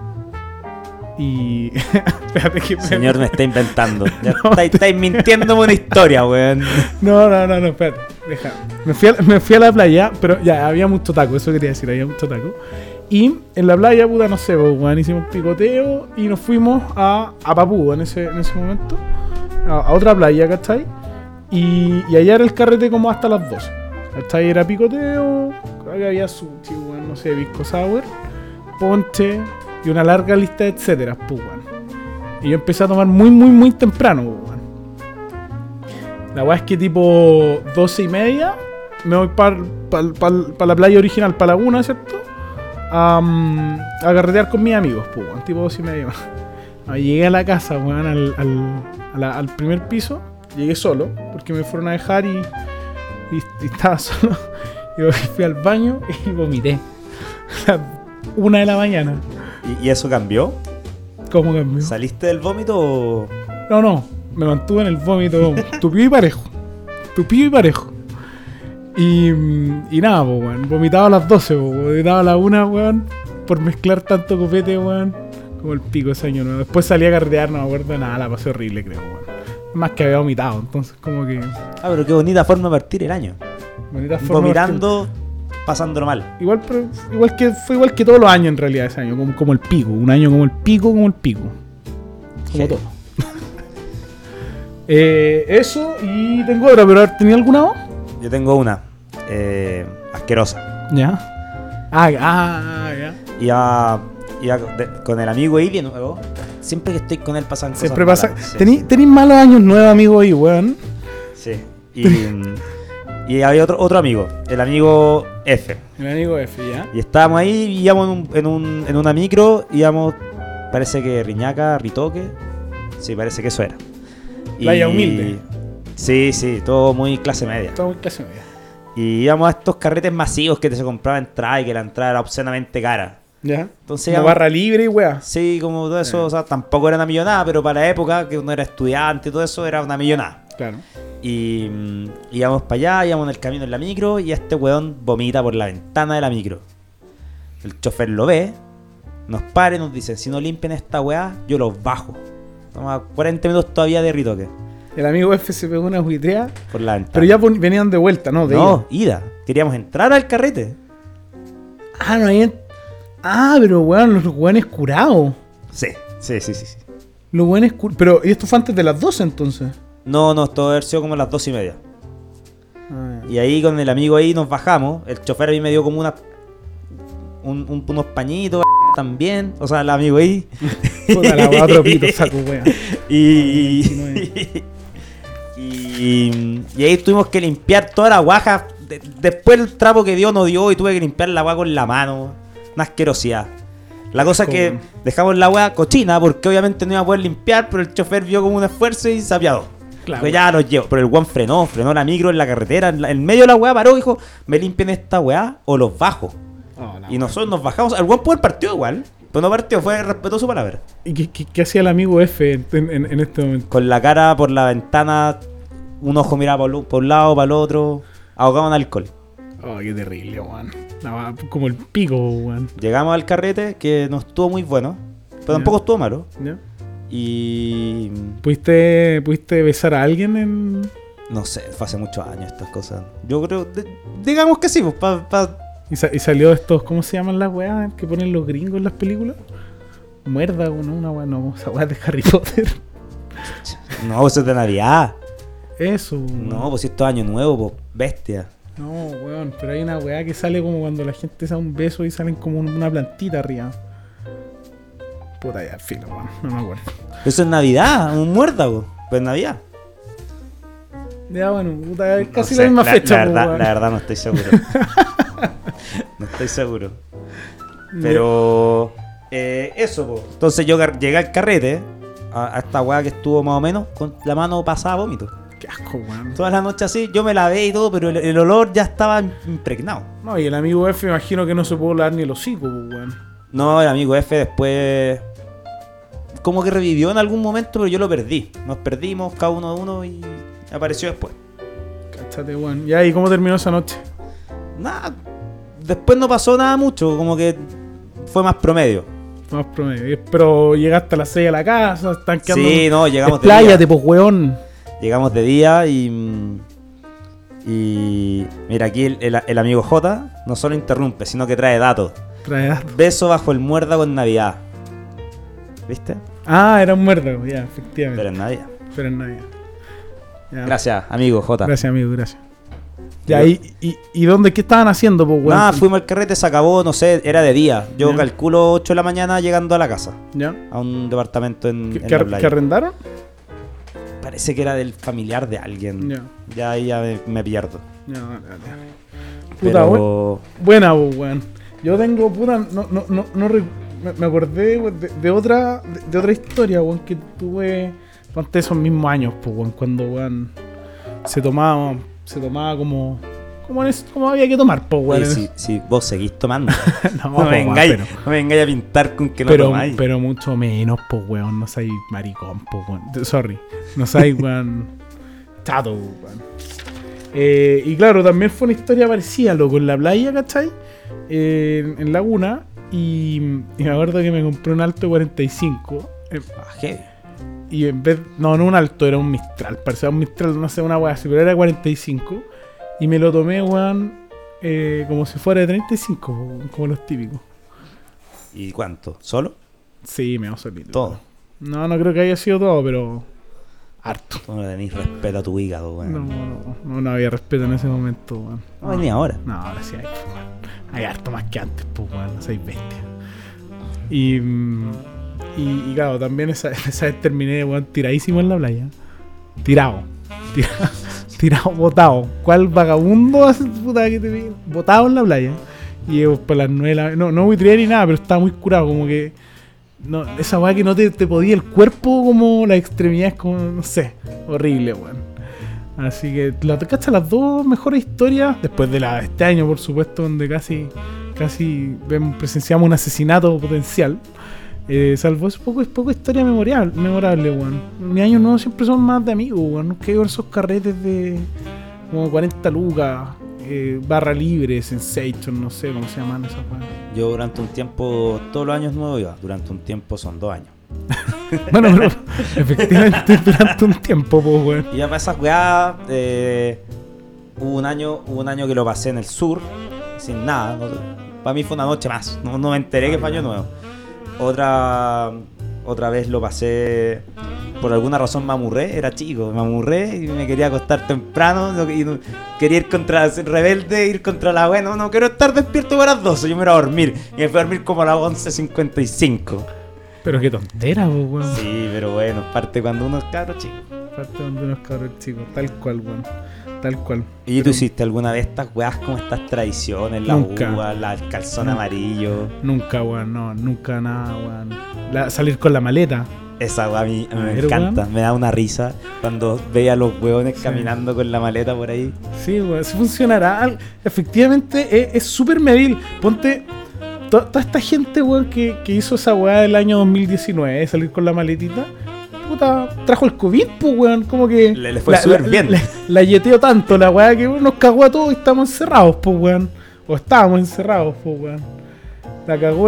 Y... Espérate que... Señor, me está inventando. Ya estáis mintiéndome una historia, weón. No, espérate. Deja. Me fui a la playa, pero ya, había mucho taco, eso quería decir, había mucho taco. Y en la playa, puta, no sé, weón, hicimos picoteo y nos fuimos a Papú en ese momento. A otra playa, ¿cachai? Y allá era el carrete como hasta las 12. ¿Cachai? Era picoteo, creo que había sushi, weón, no sé, pisco sour, ponche y una larga lista de etcétera, pues, weón. Y yo empecé a tomar muy temprano, weón. La weá es que tipo 12:30 me voy para la playa original, para Laguna, ¿cierto? A carretear con mis amigos, pues, weón, tipo 12:30 más. Llegué a la casa, weón, al primer piso. Llegué solo, porque me fueron a dejar y estaba solo. Yo fui al baño y vomité. A las 1 de la mañana. ¿Y eso cambió? ¿Cómo cambió? ¿Saliste del vómito o...? No, me mantuve en el vómito tupido y parejo. Y nada, pues, weón. Vomitaba a las 12, vomitaba a las 1, weón, por mezclar tanto copete, weón, como el pico ese año nuevo. Después salí a carretear, no me acuerdo de nada, la pasé horrible, creo, weón. Más que había vomitado, entonces como que... Ah, pero qué bonita forma de partir el año. Bonita forma. Vomitando, pasándolo mal. Fue igual que todos los años en realidad ese año, como el pico. Un año como el pico. Como todo. Eso, y tengo otra, pero ¿tenía alguna voz? Yo tengo una. Asquerosa. Ya. Ya. Iba con el amigo ahí de nuevo. Siempre que estoy con él pasan cosas. Siempre malas. pasa. Sí. Tenéis malos años nuevos, amigo, ahí, weón. Sí. Y había otro amigo, el amigo F. El amigo F, ya. Y estábamos ahí, íbamos en una micro, íbamos, parece que Riñaca, Ritoque. Sí, parece que eso era. Playa humilde. Sí, todo muy clase media. Todo muy clase media. Y íbamos a estos carretes masivos que te se compraba entrada y que la entrada era obscenamente cara. Ya. Entonces, como barra libre y weá. Sí, como todo eso, o sea, tampoco era una millonada, pero para la época que uno era estudiante y todo eso era una millonada. Claro. Y íbamos para allá, íbamos en el camino en la micro y este weón vomita por la ventana de la micro. El chofer lo ve, nos para y nos dice, si no limpian esta weá, yo los bajo. Toma 40 minutos todavía de Ritoque. El amigo F se pegó una buitrea. Por la ventana. Pero ya venían de vuelta, ¿no? No, ida. Queríamos entrar al carrete. Ah, no habían... Ah, pero weón, los weones curados. Sí. Los weones curados. Pero, ¿y esto fue antes de las 12 entonces? No, todo haber sido como las 2:30. Y ahí con el amigo ahí nos bajamos. El chofer a mí me dio como unos pañitos también. O sea, el amigo ahí. Puta la weá, otro pito, saco wea. y ahí tuvimos que limpiar toda la guaja. Después el trapo que dio no dio y tuve que limpiar la guaja con la mano. Una asquerosidad. La cosa es que dejamos la weá cochina porque obviamente no iba a poder limpiar, pero el chofer vio como un esfuerzo y se apiadó. Claro. Pues ya nos llevó. Pero el weón frenó la micro en la carretera. En medio de la weá paró y dijo: me limpien esta weá o los bajo. Y nosotros nos bajamos. El weón pudo el partido igual. Pero no partió, respetó su palabra. ¿Y qué hacía el amigo F en este momento? Con la cara por la ventana, un ojo miraba por un lado, para el otro, ahogado en alcohol. Oh, qué terrible, weón. Como el pico, weón. Llegamos al carrete, que no estuvo muy bueno, pero tampoco estuvo malo. ¿Ya? Y... ¿Pudiste besar a alguien en...? No sé, fue hace muchos años estas cosas. Yo creo... digamos que sí, pues, ¿Y salió de estos, ¿cómo se llaman las weas que ponen los gringos en las películas? Muerda, ¿no? Una wea, no, esa wea de Harry Potter. No, pues es de Navidad. Eso. No, pues esto es año nuevo, pues, bestia. No, weón, pero hay una weá que sale como cuando la gente se da un beso y salen como una plantita arriba. Puta ya, filo, weón, no me acuerdo. Eso es Navidad, un muérdago. Pues Navidad. Ya, bueno, puta, es casi No sé, la misma fecha, la weón. verdad no estoy seguro. No estoy seguro. Pero... eso, po. Entonces yo llegué al carrete, a esta weá que estuvo más o menos con la mano pasada a vómito. Qué asco, weón. Toda la noche así, yo me lavé y todo, pero el olor ya estaba impregnado. No, y el amigo F me imagino que no se pudo lavar ni el hocico, weón. No, el amigo F después como que revivió en algún momento, pero yo lo perdí. Nos perdimos cada uno y apareció después. Cáchate, weón. Ya, ¿y cómo terminó esa noche? Nada, después no pasó nada mucho, como que fue más promedio. Más promedio. Pero llegaste a las 6 a la casa, están quedando... Sí, no, llegamos de Expláyate, día. pues, weón. Llegamos de día y mira, aquí el amigo J no solo interrumpe, sino que trae datos. Trae datos. Beso bajo el muérdago en Navidad. ¿Viste? Ah, era un muérdago, ya, efectivamente. Pero en Navidad. Pero en Navidad. Ya. Gracias, amigo J. Gracias, amigo, gracias. Ya, ¿y dónde? ¿Qué estaban haciendo, pues, weón? Nada, fuimos al carrete, se acabó, no sé, era de día. Yo Ya. calculo 8 de la mañana llegando a la casa. ¿Ya? A un departamento en la ¿Qué playa. arrendaron? Parece que era del familiar de alguien. Ya. Ya ahí ya me pierdo. Ya, dale. Puta, Pero... buena, pues, weón. Yo tengo, puta, me acordé weón, de otra historia, weón, que tuve durante esos mismos años, pues, weón, cuando, weón, se tomaba como había que tomar, pues, weón. Oye, si vos seguís tomando. No, No pues, me weón, vengáis no me vengáis a pintar con que no tomáis. pero mucho menos, pues, weón, no soy maricón, pues, weón. Sorry, no soy, weón, chato, weón. Y claro, también fue una historia parecida, loco, en la playa, ¿cachai? En Laguna. Y me acuerdo que me compré un Alto 45. Heavy. Y en vez... No un Alto, era un Mistral. Parecía un Mistral, no sé, una weá así, pero era 45. Y me lo tomé, weón, como si fuera de 35, weón, como los típicos. ¿Y cuánto? ¿Solo? Sí, me va solito. Todo. No creo que haya sido todo, pero... harto. Tú no le tenés respeto a tu hígado, weón. No había respeto en ese momento, weón. No, ni ahora. No, ahora sí hay, pues, weón. Hay harto más que antes, pues, weón. No soy bestia. Y claro, también esa vez terminé, weón, tiradísimo en la playa. Tirado, botado. ¿Cuál vagabundo hace, puta, que te vi? Botado en la playa. Y yo, por las 9 de la... No buitreé ni nada, pero estaba muy curado, como que... No, esa weá que no te podía el cuerpo, como las extremidades, como, no sé, horrible, weón. Así que, ¿cachai? Las dos mejores historias, después de la de este año, por supuesto, donde casi presenciamos un asesinato potencial. Salvo es poco historia memorable, weón. Mis años nuevos siempre son más de amigos, weón. Nunca he ido a esos carretes de como 40 lucas, barra libre, Sensation, no sé cómo se llaman esas weas. Yo durante un tiempo, todos los años nuevos iba. Durante un tiempo son 2 años. Bueno, pero efectivamente durante un tiempo, pues, weón. Y ya para esas weas, hubo un año que lo pasé en el sur, sin nada. Para mí fue una noche más. No me enteré que fue año nuevo. Otra Otra vez lo pasé. Por alguna razón me amurré, era chico, me amurré y me quería acostar temprano. Quería ir contra rebelde, ir contra la wea. No quiero estar despierto para las 12, yo me iba a dormir. Y me fui a dormir como a las 11:55. Pero qué tontera, pues, weón. Sí, pero bueno, parte cuando uno es cabro chico. Parte donde unos cabros chicos, tal cual, weón. Tal cual. ¿Y tú hiciste alguna vez estas weas como estas tradiciones? La Nunca. uva, el calzón No. amarillo. Nunca, weón, no, nunca nada, weón. Salir con la maleta. Esa wea a mí me Pero, encanta, weón. me da una risa cuando veía a los hueones Sí. caminando con la maleta por ahí. Sí, weón, sí funcionará. Efectivamente, es súper medible. Ponte. Toda esta gente, weón, que hizo esa weá del año 2019, de salir con la maletita, puta, trajo el COVID, pues, weón. Como que. Le fue súper bien. La yeteó tanto la weá que nos cagó a todos y estamos encerrados, pues, weón. O estábamos encerrados, pues, weón. La cagó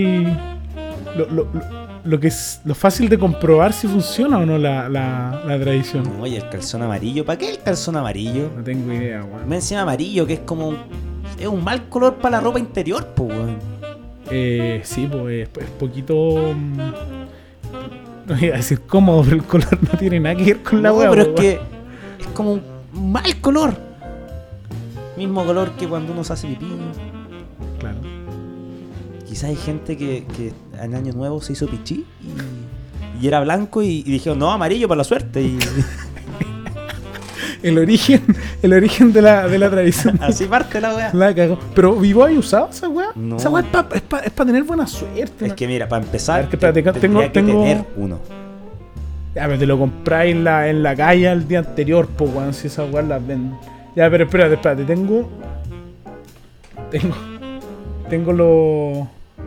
lo que es lo fácil de comprobar si funciona o no la tradición. Oye, el calzón amarillo, ¿para qué el calzón amarillo? No tengo idea, weón. Me encima amarillo, que es como es un mal color para la ropa interior, pues, weón. Sí, pues es poquito. No iba a decir cómodo, pero el color no tiene nada que ver con la No, weá. pero es po, que es como un mal color. Mismo color que cuando uno se hace pipí. weón. Claro. Quizás hay gente que en Año Nuevo se hizo pichí y era blanco y dijeron, no, amarillo para la suerte. Y El origen de la tradición. así parte la weá. La cagó. Pero ¿vivo hay usado esa weá? No. Esa weá es para tener buena suerte. Es ¿no? que mira, para A empezar, ver, que espérate, tendría que tengo- tener uno. Ya, pero te lo compráis en la calle el día anterior, pues, weón, si esas weas las venden. Ya, pero espérate, tengo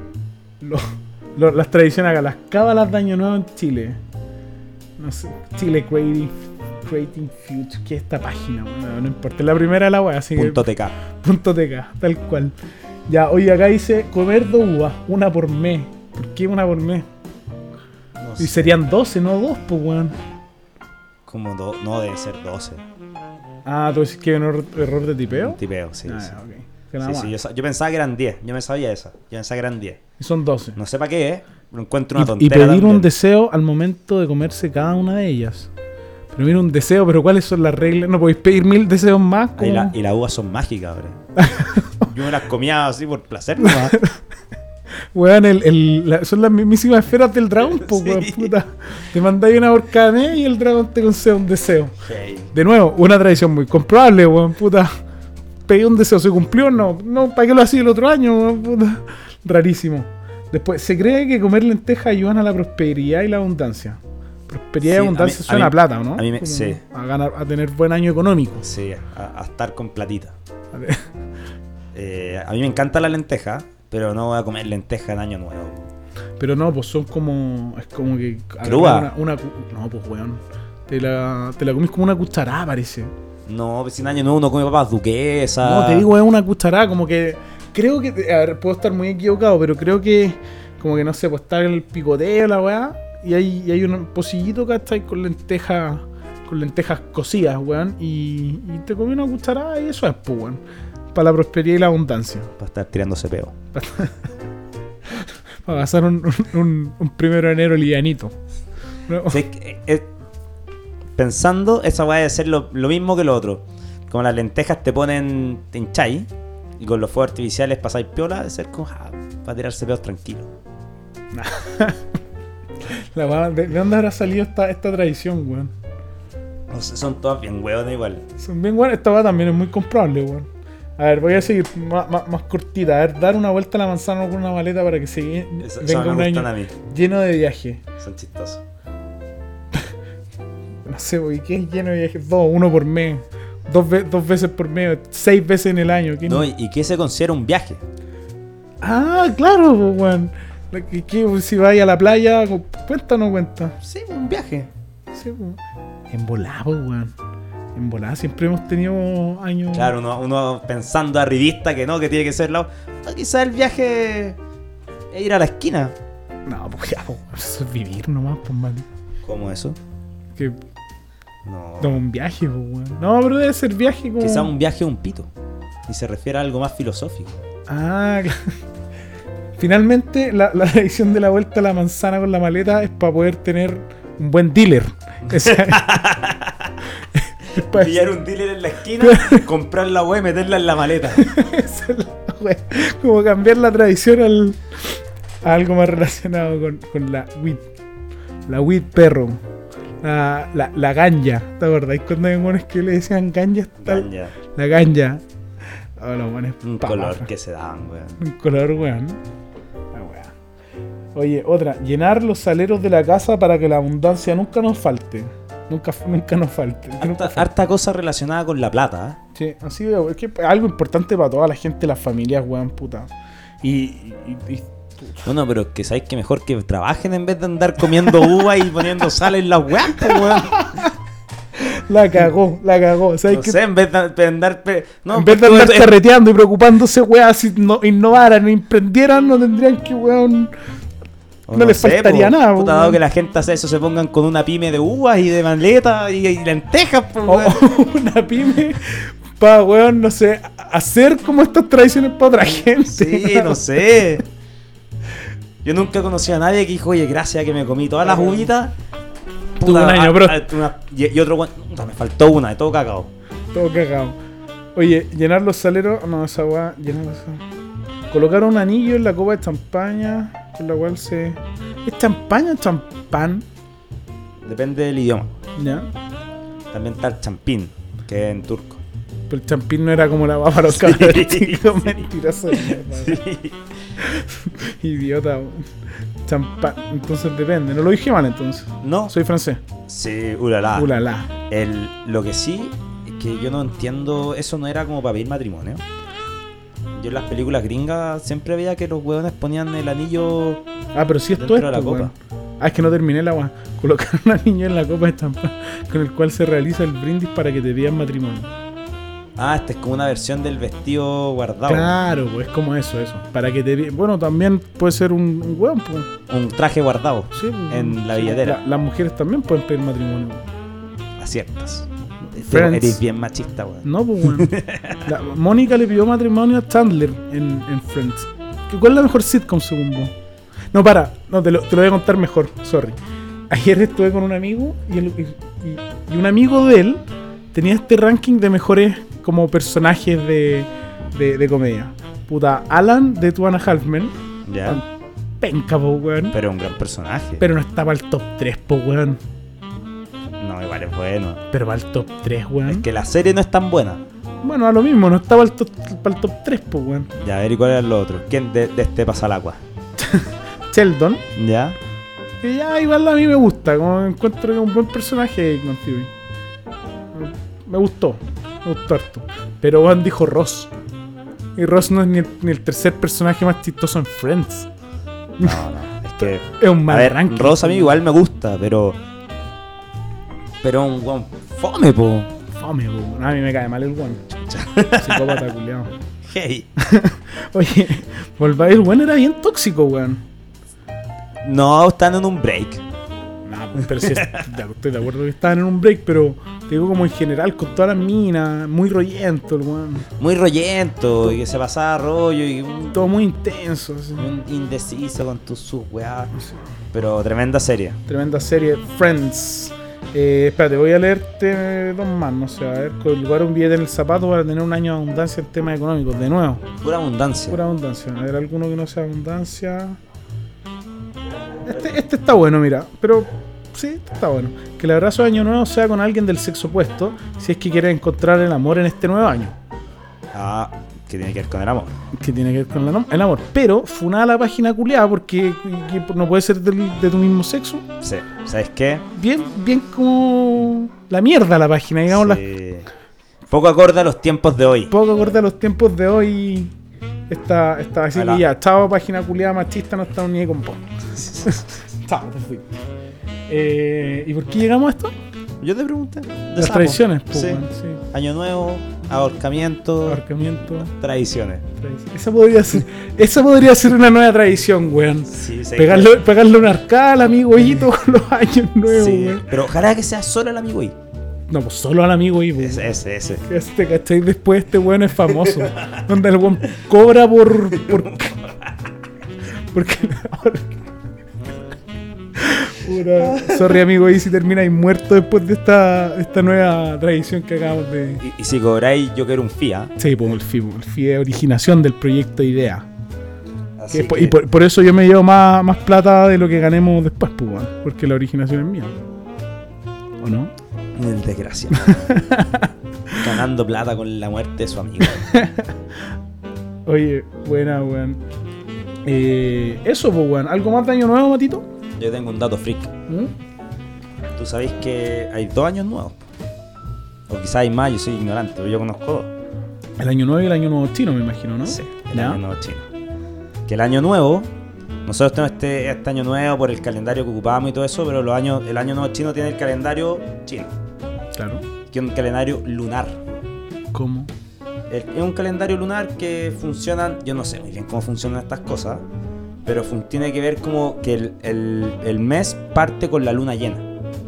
las tradiciones acá, las cábalas de Año Nuevo en Chile. No sé, Chile Creating Future, que es esta página, weón, no importa, es la primera de la wea, así Punto que TK. punto TK, tal cual. Ya, oye, acá dice comer 2 uvas, una por mes. ¿Por qué una por mes? No Y sé, serían 12, no 2, pues, weón. como no debe ser 12. Ah, ¿tú decís que hay un error de tipeo? Un tipeo, sí. Ah, sí. ok. Que nada Sí, más. sí, yo pensaba que eran 10. Yo me sabía esa. Yo pensaba que eran 10. Y son 12. No sé para qué, pero encuentro una Y tontera. pedir también. un deseo al momento de comerse cada una de ellas. Pero mira, un deseo, pero ¿cuáles son las reglas? ¿No podéis pedir 1000 deseos más? Ah, y ¿Cómo? las uvas son mágicas, bro. Yo me las comía así por placer nomás. Weón, son las mismísimas esferas del dragón, po, Sí. weón, puta. Te mandáis una por cada mes y el dragón te concede un deseo. Hey. De nuevo, una tradición muy comprobable, weón, puta. Pedí un deseo, ¿se cumplió? No, ¿para qué lo hacía el otro año, weón, puta? Rarísimo. Después, se cree que comer lentejas ayudan a la prosperidad y la abundancia. Prosperidad y Sí, abundancia a mí- suena a a mí- plata, ¿no? a mí me- Como sí. a tener buen año económico. Sí, a estar con platita. A ver, A mí me encanta la lenteja, pero no voy a comer lenteja en Año Nuevo. Pero no, pues son como. Es como que. ¿Cruda? No, pues weón. Te la comís como una cucharada, parece. No, pues si en Año Nuevo uno come papas duquesas. No, te digo, es una cucharada, como que. Creo que. A ver, puedo estar muy equivocado, pero creo que. Como que no sé, pues está el picoteo, la weá. Y hay un pocillito, ¿cachai? Con lentejas. Con lentejas cocidas, weón. Y te comí una cucharada y eso es, pues, weón. Para la prosperidad y la abundancia. Para estar tirándose peo. Para pasar un 1 de enero livianito. ¿No? O sea, es que, pensando, esa va a ser lo mismo que lo otro. Como las lentejas te ponen en chai y con los fuegos artificiales pasáis piola, de ser como para tirarse peos tranquilo. La weá, ¿de dónde habrá salido esta tradición, weón? No sé, son todas bien hueonas igual. Son bien buenas. Esta weá también es muy comprable, weón. A ver, voy a seguir más cortita. A ver, dar una vuelta a la manzana con una maleta para que Eso venga me un gustan año a mí. lleno de viaje. Son chistosos. No sé, weón, ¿qué es lleno de viaje? Uno por mes. Dos veces por mes. 6 veces en el año. ¿Qué No, ¿y qué se considera un viaje? Ah, claro, weón. Si vais a la playa, ¿cuenta o no cuenta? Sí, un viaje. Sí, weón. En volada, weón. En volada siempre hemos tenido años. Claro, uno pensando arribista que no, que tiene que ser la... Quizás el viaje es ir a la esquina. No, pues ya, pues, eso es vivir nomás, pues, man. ¿Cómo eso? Que No. un viaje, pues, weón. No, pero debe ser viaje como. Quizás un viaje es un pito. Y se refiere a algo más filosófico. Ah, Finalmente, la tradición de la vuelta a la manzana con la maleta es para poder tener un buen dealer. Esa- es pa' Pillar un dealer en la esquina, comprar la weá y meterla en la maleta. esa es la wea. Como cambiar la tradición a algo más relacionado con la weed. La weed perro. La ganja. ¿Te acordáis cuando hay monos que le decían ganja? Ganja. La ganja. Oh, los monos Un papas. color que se dan, weón. Un color, weón. La wea. Oye, otra. Llenar los saleros de la casa para que la abundancia nunca nos falte. Nunca nos falte. Que nunca falte. Harta cosa relacionada con la plata, Sí, así veo. Es que es algo importante para toda la gente, las familias, weón, puta. Y Bueno, pero es que sabéis que mejor que trabajen en vez de andar comiendo uva y poniendo sal en las weas, po, weón. la cagó. ¿Sabes No qué? sé, en vez de andar. No, En vez de tú- andar carreteando y preocupándose, weón, si no innovaran, no emprendieran, no tendrían que, weón. o no les faltaría nada, Puta, weón. dado que la gente hace eso, se pongan con una pyme de uvas y de maleta y lentejas, po, O weón. una pyme para, weón, no sé, hacer como estas tradiciones para otra gente. Sí, no sé. Yo nunca conocí a nadie que dijo, oye, gracias a que me comí todas las uvitas. Tuve un año, bro. Y otro, weón, puta, me faltó una, de todo cagado. Todo cagado. Oye, llenar los saleros. No, esa weá. Llenar los saleros. Colocar un anillo en la copa de champaña. Con la cual se. ¿Es champaña o champán? Depende del idioma. Ya. También está el champín, que es en turco. Pero el champín no era como la va para los cabros chicos. Mentiroso. Idiota. Champán. Entonces depende. No lo dije mal entonces. No, Soy francés. sí, ulala. Ulala. Lo que sí es que yo no entiendo, eso no era como para pedir matrimonio. Yo en las películas gringas siempre veía que los huevones ponían el anillo. Ah, pero sí esto Dentro es, de la pues, copa. weón. Ah, es que no terminé el agua. Colocar un anillo en la copa de champán con el cual se realiza el brindis para que te pidan matrimonio. Ah, esta es como una versión del vestido guardado. Claro, pues es como eso. Para que te bueno, también puede ser un hueón, pues. Un traje guardado Sí, pues, en la sí, billetera. las mujeres también pueden pedir matrimonio. Aciertas. Friends. Eres bien machista, weón. No, pues weón. Mónica le pidió matrimonio a Chandler en Friends. ¿Cuál es la mejor sitcom según vos? No, no, te lo voy a contar mejor, sorry. Ayer estuve con un amigo y un amigo de él tenía este ranking de mejores como personajes de comedia. Puta, Alan de Two and a Half Men. Ya. Penca, po, weón. Pero un gran personaje. Pero no estaba el top 3, po, weón. No, igual es bueno. Pero va al top 3, weón. Es que la serie no es tan buena. Bueno, a lo mismo, no estaba para el top 3, po, weón. Ya, a ver, ¿y cuál era el otro? ¿Quién de este pasa al agua? Sheldon. Ya. Que ya igual a mí me gusta, como encuentro que es un buen personaje con Phoebe. Me gustó harto. Pero Juan dijo Ross. Y Ross no es ni el tercer personaje más chistoso en Friends. No, es que... Es un A mal ver, ranking. Ross a mí igual me gusta, pero un weón fome, po. Fome, po. A mí me cae mal el Juan. Psicópata culiao. Hey. Oye, Volvaire, el weón era bien tóxico, weón. No, están en un break. No, pero sí, estoy de acuerdo que estaban en un break, pero te digo como en general, con todas las minas, muy rollento el weón. Muy rollento, y que se pasaba rollo, y Todo muy intenso. Así. un indeciso con sus weas. Pero tremenda serie. Tremenda serie, Friends. Espérate, voy a leerte dos más, no sé, a ver, colocar un billete en el zapato para tener un año de abundancia en temas económicos, de nuevo, Pura abundancia. pura abundancia. A ver, alguno que no sea abundancia. Este está bueno, mira, pero sí, este está bueno. Que el abrazo de año nuevo sea con alguien del sexo opuesto, si es que quieres encontrar el amor en este nuevo año. Ah, que tiene que ver con el amor. Que tiene que ver con el amor. Pero funada la página culiada porque que no puede ser de tu mismo sexo. Sí, ¿sabes qué? Bien como la mierda la página, digamos. Sí. Poco acorde a los tiempos de hoy. Poco acorde a los tiempos de hoy. Está así Hola. que ya, chao página culiada machista, no está ni ahí con vos. Chao, te fui. ¿Y por qué llegamos a esto? Yo te pregunté. De Las sapo. tradiciones, pues, Sí. bueno, sí. Año nuevo, ahorcamiento, Ahorcamiento. tradiciones. Esa podría ser una nueva tradición, weón. Sí, sí. Pegarle una arcada al amigo hito con los años nuevos, Sí, weón. pero ojalá que sea solo el amigo ahí. No, pues solo al amigo Ivo. Ese. ¿Cachai? Después este weón es famoso. Donde el weón cobra por Porque ahora... Sorry amigo, y si termináis muerto después de esta nueva tradición que acabamos de... Y si cobráis, yo quiero un FIA. Sí, pues el FIE de originación del proyecto IDEA. Así Que, y por eso yo me llevo más plata de lo que ganemos después, pues, bueno, porque la originación es mía. ¿O no? El desgraciado. Ganando plata con la muerte de su amigo. Oye, buena, weón. Eso, pues, weón. ¿Algo más de año nuevo, Matito? Yo tengo un dato freak. Tú sabéis que hay 2 años nuevos. O quizás hay más, yo soy ignorante, pero yo conozco 2. El año nuevo y el año nuevo chino, me imagino, ¿no? Sí, el año nuevo chino. Que el año nuevo, nosotros tenemos este año nuevo por el calendario que ocupamos y todo eso, pero el año nuevo chino tiene el calendario chino. Claro. Que es un calendario lunar. ¿Cómo? Es un calendario lunar que funciona, yo no sé muy bien cómo funcionan estas cosas, pero tiene que ver como que el mes parte con la luna llena.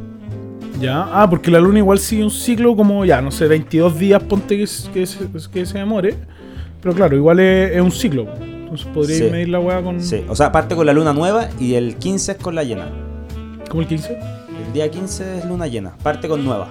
Ya, porque la luna igual sigue un ciclo como, ya, no sé, 22 días, ponte que se demore. Pero claro, igual es un ciclo. Entonces podríais medir la weá con... Sí, o sea, parte con la luna nueva y el 15 es con la llena. ¿Cómo el 15? El día 15 es luna llena, parte con nueva.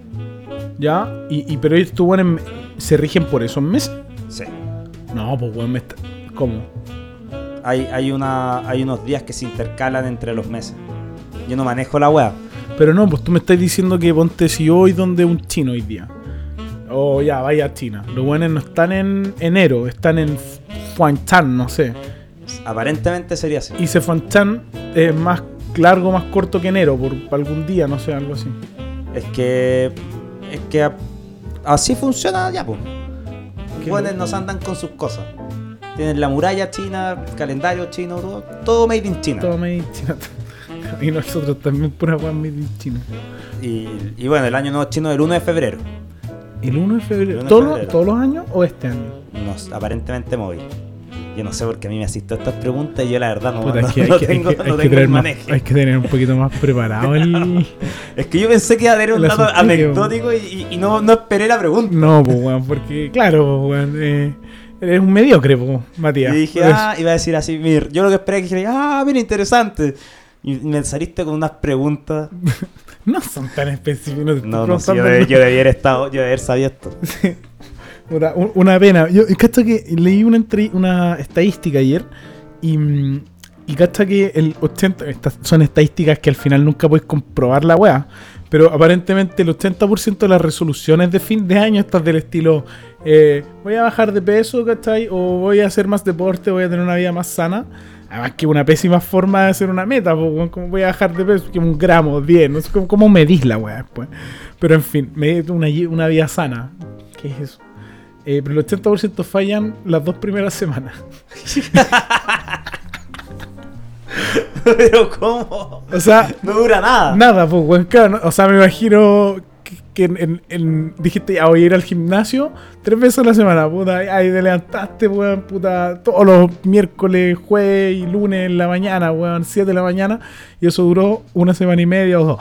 Ya, pero estos weones se rigen por esos meses. Sí. No, pues weón, ¿cómo? Hay unos días que se intercalan entre los meses. Yo no manejo la weá. Pero no, pues tú me estás diciendo que ponte si yo voy donde un chino hoy día. O ya, vaya a China. Los buenos no están en enero, están en Fuanchan, no sé. Aparentemente sería así. Y ese Fuanchan es más largo, más corto que enero, por algún día, no sé, algo así. Es que así funciona ya, pues. Los buenos nos andan con sus cosas. Tienen la muralla china, calendario chino, todo made in China. Todo made in China. Y nosotros también pura weá made in China. Y bueno, el año nuevo chino es el 1 de febrero. ¿El 1 de febrero? El 1 de febrero. ¿Todos los años o este año? Aparentemente móvil. Yo no sé por qué a mí me asisten estas preguntas y yo la verdad no tengo el manejo. Hay que tener un poquito más preparado el... Es que yo pensé que iba a tener un dato anecdótico y no esperé la pregunta. No, pues weón, porque claro, pues weón, eres un mediocre, pues, Matías. Y dije, iba a decir así, mir. Yo lo que esperé es que dijera, mira, interesante. Y me saliste con unas preguntas. No son tan específicas. No, sí, yo debía haber sabido esto. Sí. Una pena. Yo cacho que leí una estadística ayer y cacho que el 80... Estas son estadísticas que al final nunca podéis comprobar la weá. Pero aparentemente el 80% de las resoluciones de fin de año están del estilo voy a bajar de peso, ¿cachai? O voy a hacer más deporte, voy a tener una vida más sana. Además que una pésima forma de hacer una meta, pues, como voy a bajar de peso, que 1 gramo, 10, no sé cómo medís la weá después. Pero en fin, una vida sana. ¿Qué es eso? Pero el 80% fallan las 2 primeras semanas. Pero ¿cómo? O sea, no dura nada. Nada, pues, weón, claro. O sea, me imagino que dijiste, ya voy a ir al gimnasio 3 veces a la semana, puta. Ahí te levantaste, weón, puta, todos los miércoles, jueves y lunes en la mañana, weón, 7 de la mañana. Y eso duró 1 semana y media o 2.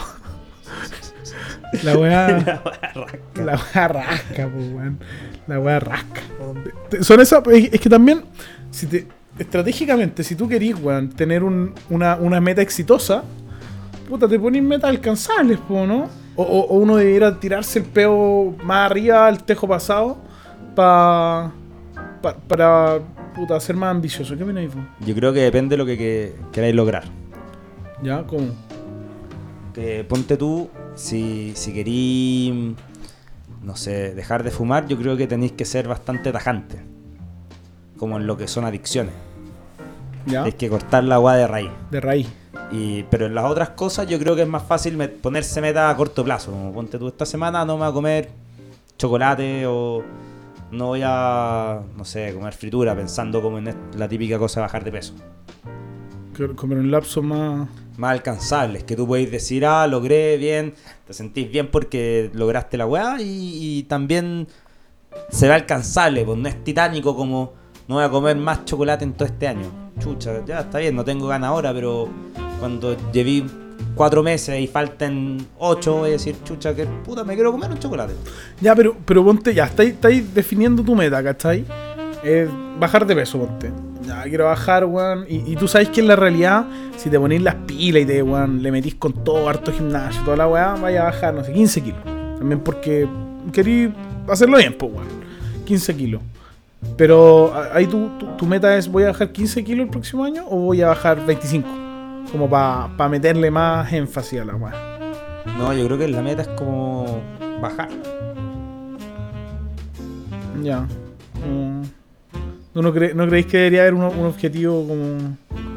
La weá rasca, pues, weón. La weá rasca. Son esas, es que también, estratégicamente, si tú querís, weón, tener una meta exitosa, puta, te ponís metas alcanzables, ¿no? O uno debiera tirarse el peo más arriba al tejo pasado para puta, ser más ambicioso. ¿Qué opináis tú? Yo creo que depende de lo que queráis lograr. ¿Ya? ¿Cómo? Que ponte tú, si querís, no sé, dejar de fumar, yo creo que tenéis que ser bastante tajante. Como en lo que son adicciones. ¿Ya? Hay que cortar la agua de raíz. De raíz. Pero en las otras cosas yo creo que es más fácil ponerse meta a corto plazo. Como ponte tú, esta semana no me voy a comer chocolate o no voy a, no sé, comer fritura pensando como en la típica cosa de bajar de peso. Comer un lapso más alcanzables, que tú podéis decir, logré bien, te sentís bien porque lograste la weá y también se ve alcanzable, pues no es titánico como no voy a comer más chocolate en todo este año. Chucha, ya está bien, no tengo ganas ahora, pero cuando llevé 4 meses y faltan 8, voy a decir, chucha, que puta, me quiero comer un chocolate. Ya, pero ponte, ya, estáis definiendo tu meta, ¿cachai? Bajar de peso, ponte. Ya, quiero bajar, weón. Y tú sabes que en la realidad, si te ponís las pilas y te, weón, le metís con todo, harto gimnasio, toda la weá, vaya a bajar, no sé, 15 kilos. También porque querí hacerlo bien, pues, weón. 15 kilos. Pero ahí tu meta es, ¿voy a bajar 15 kilos el próximo año o voy a bajar 25? Como para meterle más énfasis a la weá. No, yo creo que la meta es como bajar. Ya. ¿No creéis que debería haber un objetivo como...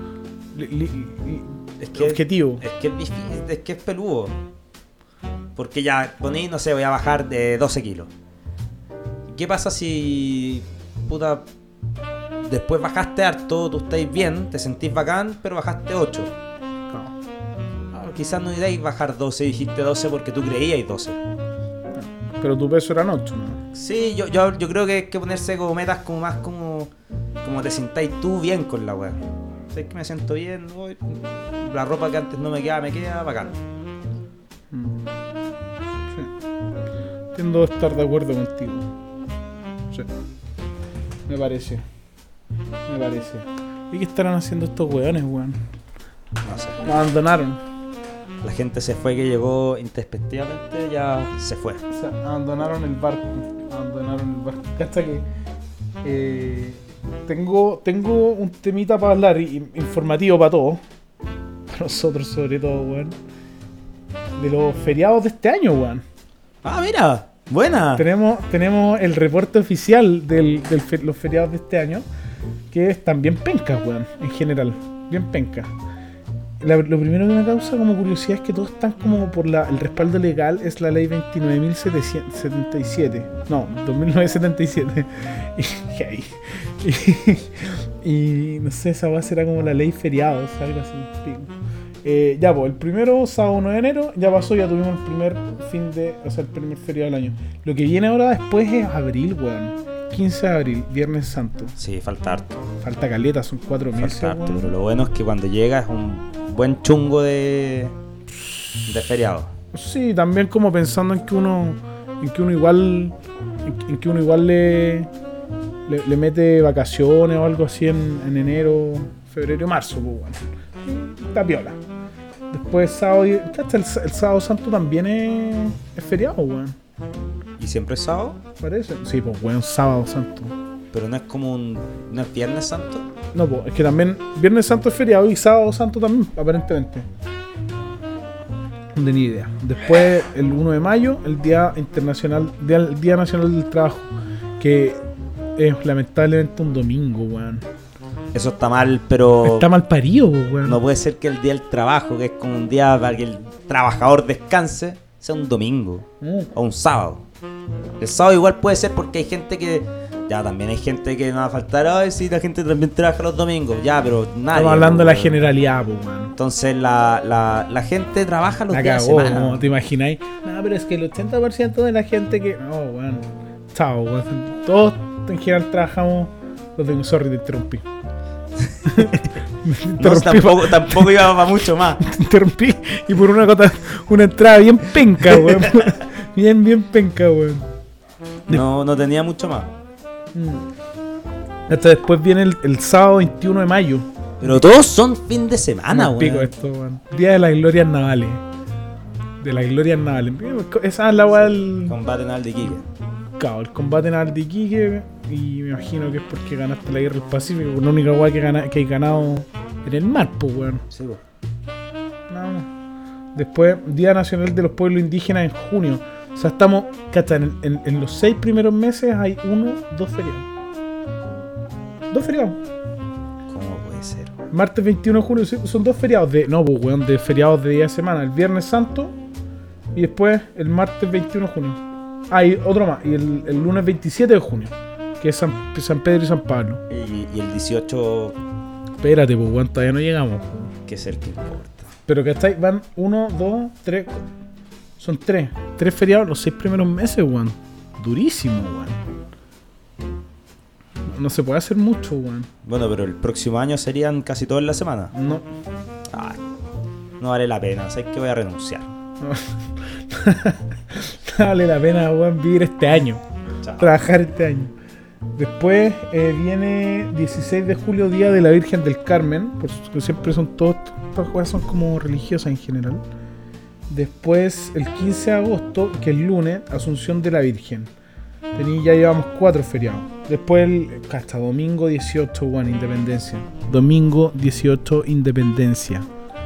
Es que objetivo? Es que es difícil, es que es peludo. Porque ya ponéis, no sé, voy a bajar de 12 kilos. ¿Qué pasa si, puta, después bajaste harto, tú estáis bien, te sentís bacán, pero bajaste 8? Quizás no iréis bajar 12, dijiste 12 porque tú creíais 12. Pero tu peso eran 8, ¿no? Sí, yo creo que hay que ponerse como metas como más como te sintáis tú bien con la weá. Sé que me siento bien, voy, la ropa que antes no me queda bacán. Sí. Tiendo a estar de acuerdo contigo. Sí. Me parece. ¿Y qué estarán haciendo estos weones, weón? No sé. Nos abandonaron. La gente se fue que llegó intempestivamente, ya se fue. O sea, abandonaron el barco. Hasta que tengo un temita para hablar, informativo para todos. Para nosotros sobre todo, weón. De los feriados de este año, weón. Ah, mira, buena. Tenemos el reporte oficial de los feriados de este año, que están bien pencas, weón, en general. Bien pencas. Lo primero que me causa como curiosidad es que todos están como por el respaldo legal, es la ley 29.777. No, 2977. Y no sé, esa va a ser como la ley feriados, algo así. Ya, pues, el primero, sábado 1 de enero, ya pasó, ya tuvimos el primer el primer feriado del año. Lo que viene ahora después es abril, weón. 15 de abril, Viernes Santo. Sí, falta harto. Falta caleta, son 4 meses. Falta harto, weón. pero lo bueno es que cuando llega es un buen chungo de feriado. Sí, también como pensando en que uno igual le mete vacaciones o algo así en enero, febrero, marzo, pues bueno. Está piola. Después sábado el sábado santo también es feriado, weón. ¿Y siempre es sábado? Parece. Sí, pues weón, sábado santo. Pero no es como ¿no es Viernes Santo? No, pues es que también Viernes Santo es feriado y sábado santo también, aparentemente. No tenía idea. Después, el 1 de mayo, el Día Nacional del Trabajo, que es lamentablemente un domingo, weón. Eso está mal, pero... Está mal parido, weón. No puede ser que el Día del Trabajo, que es como un día para que el trabajador descanse, sea un domingo o un sábado. El sábado igual puede ser porque hay gente que... Ya, también hay gente que no va a faltar. Ay, sí, la gente también trabaja los domingos. Ya, pero nadie. Estamos hablando de la generalidad, pues, weón. Entonces la gente trabaja los la días cagó, de semana. ¿no? ¿Te imagináis? No, pero es que el 80% de la gente que... No, weón. Chao, weón. Todos en general trabajamos... Sorry, te interrumpí. No, tampoco iba para mucho más. Te interrumpí y por una entrada bien penca, weón. bien penca, weón. No tenía mucho más. Hasta después viene el sábado 21 de mayo. Pero todos son fin de semana, Me pico weón. esto, weón. Día de las glorias navales. Esa es la weá del... Combate naval de Iquique. Claro, el combate naval de Iquique. Y me imagino que es porque ganaste la guerra del Pacífico. La única weá que hay ganado en el mar, pues, weón. Sí, pues. Nada más. Después, Día Nacional de los Pueblos Indígenas en junio. O sea, estamos, ¿cachai? En los 6 primeros meses hay 2 feriados. 2 feriados. ¿Cómo puede ser? Martes 21 de junio son 2 feriados de feriados de día de semana. El Viernes Santo y después el martes 21 de junio. Hay otro más. Y el lunes 27 de junio, que es San Pedro y San Pablo. Y el 18, Espérate, pues, weón, todavía no llegamos. que es el que importa. Pero ¿cachai? Van 1, 2, 3. Son 3 feriados los 6 primeros meses, weón. Durísimo, weón. No se puede hacer mucho, weón. Bueno, pero el próximo año serían casi todos en la semana. No. Ay, no vale la pena, sé que voy a renunciar. No vale la pena, weón, vivir este año. Chao. Trabajar este año. Después viene 16 de julio, Día de la Virgen del Carmen. Porque siempre son todas estas cosas son como religiosas en general. Después el 15 de agosto, que es lunes, Asunción de la Virgen. Ya llevamos 4 feriados. Después hasta domingo 18, bueno, Independencia. Domingo 18, Independencia.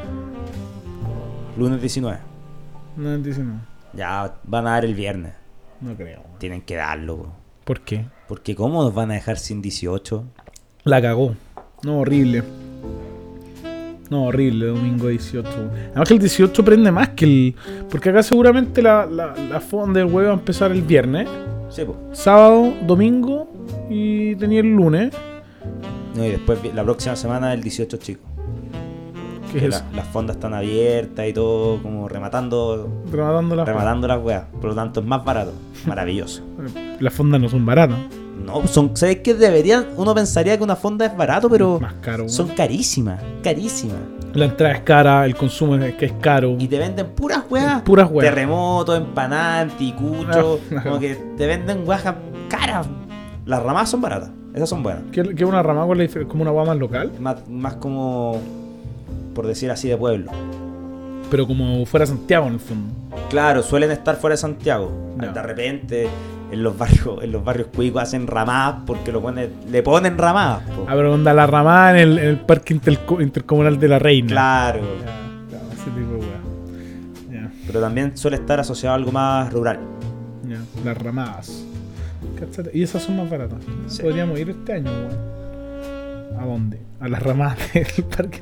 Lunes 19. No, dice no. Ya van a dar el viernes. No creo. Tienen que darlo, bro. ¿Por qué? Porque ¿cómo nos van a dejar sin 18? La cagó. No, horrible. No, horrible, domingo 18. Además que el 18 prende más que el... Porque acá seguramente la fonda del huevo va a empezar el viernes. Sí, pues. Sábado, domingo y tenía el lunes. No, y después la próxima semana el 18, chicos. ¿Qué Que es eso? las fondas están abiertas y todo, como rematando las weas. Por lo tanto es más barato. Maravilloso. Las fondas no son baratas. No, ¿sabes qué? Uno pensaría que una fonda es barato, pero Más caro. son carísimas. La entrada es cara, el consumo es que es caro. Y te venden puras weas. Puras weas. Terremotos, empanadas, anticuchos. No. Como que te venden weas caras. Las ramas son baratas. Esas son buenas. ¿Qué es una rama con la diferencia? ¿Como una guama más local? Más como, por decir así, de pueblo. Pero como fuera Santiago en el fondo. Claro, suelen estar fuera de Santiago. Ya. De repente en los barrios cuicos hacen ramadas porque le ponen ramadas. Po. Ah, pero onda la ramada en el parque intercomunal de la Reina. Claro. Ya, ese tipo de weá. Ya, Pero también suele estar asociado a algo más rural. ya. Las ramadas. ¿Cachate? Y esas son más baratas. Sí. Podríamos ir este año, weón. ¿A dónde? A las ramadas del parque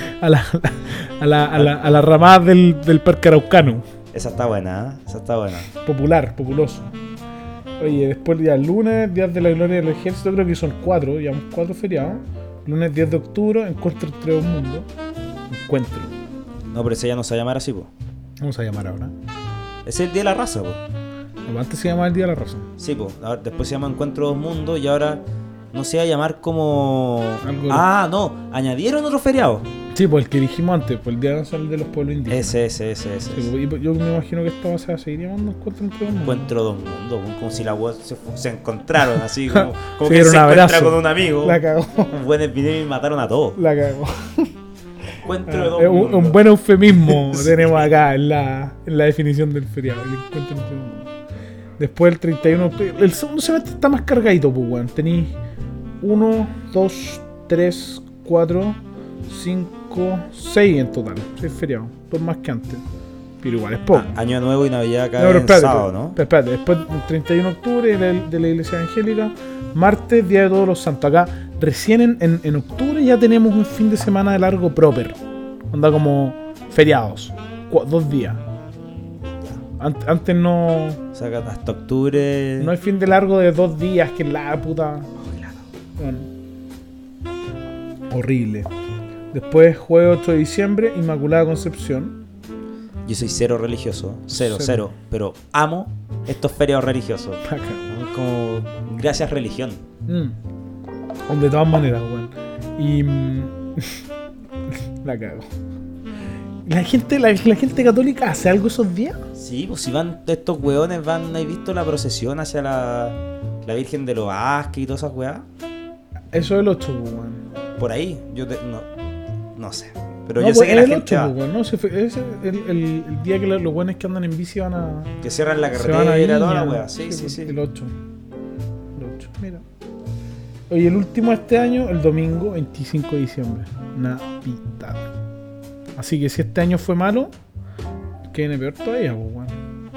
a las ramadas del parque araucano. Esa está buena, ¿eh? Esa está buena. Populoso. Oye, después ya el lunes, Días de la Gloria del Ejército, creo que son 4, llevamos 4 feriados. Lunes 10 de octubre, Encuentro entre dos mundos. Encuentro. No, pero ese ya no se va a llamar así, po. Vamos a llamar ahora. Ese es el Día de la Raza, po. Antes se llamaba el Día de la Raza. Sí, po. Ahora, después se llama Encuentro dos Mundos y ahora no se va a llamar como... Algo- Ah, no. Añadieron otro feriado. Sí, pues el que dijimos antes, pues el Día Nacional de los Pueblos Indígenas. Ese. Sí, pues, yo me imagino que esta va a seguir llamando Encuentro entre dos mundos. Encuentro dos mundos, como si las weas se encontraron así, como Se que dieron se un encuentra abrazo. con un amigo. La cagó. Buenos vinieron y mataron a todos. La cagó. Encuentro de dos Es mundos. un buen eufemismo tenemos acá en la definición del feriado. El encuentro entre dos mundos. Después el 31 de octubre. El segundo semestre está más cargadito, pues, weón. Tenéis 1, 2, 3, 4, 5, 6 en total. 6 feriados. 2 más que antes. Pero igual es poco. Año Nuevo y Navidad acá No, pero en sábado, ¿no? espérate. Después el 31 de octubre de la Iglesia Evangélica. Martes, Día de Todos los Santos. Acá recién en octubre ya tenemos un fin de semana de largo proper. Onda como feriados. 2 días. Antes no... O sea, que hasta octubre. No hay fin de largo de 2 días, que es la puta. Bueno. Horrible. Después, jueves 8 de diciembre, Inmaculada Concepción. Yo soy cero religioso. Cero. Cero. Pero amo estos feriados religiosos. Acá. Como, gracias religión. De todas maneras, weón. Y. La cago. La gente católica hace algo esos días. Sí, pues si van estos weones, ¿hay visto la procesión hacia la Virgen de los Vázquez y todas esas weas? Eso es el 8, weón. Por ahí, no sé. Pero No, yo pues, sé que la es el gente 8, va, weón. No, ese es el día que los weones que andan en bici van a. que cierran la Se van a carretera, toda la Viña. wea. Sí. El 8. Mira. Oye, el último de este año, el domingo 25 de diciembre. Navidad. Así que si este año fue malo, que viene peor todavía, pues, weón.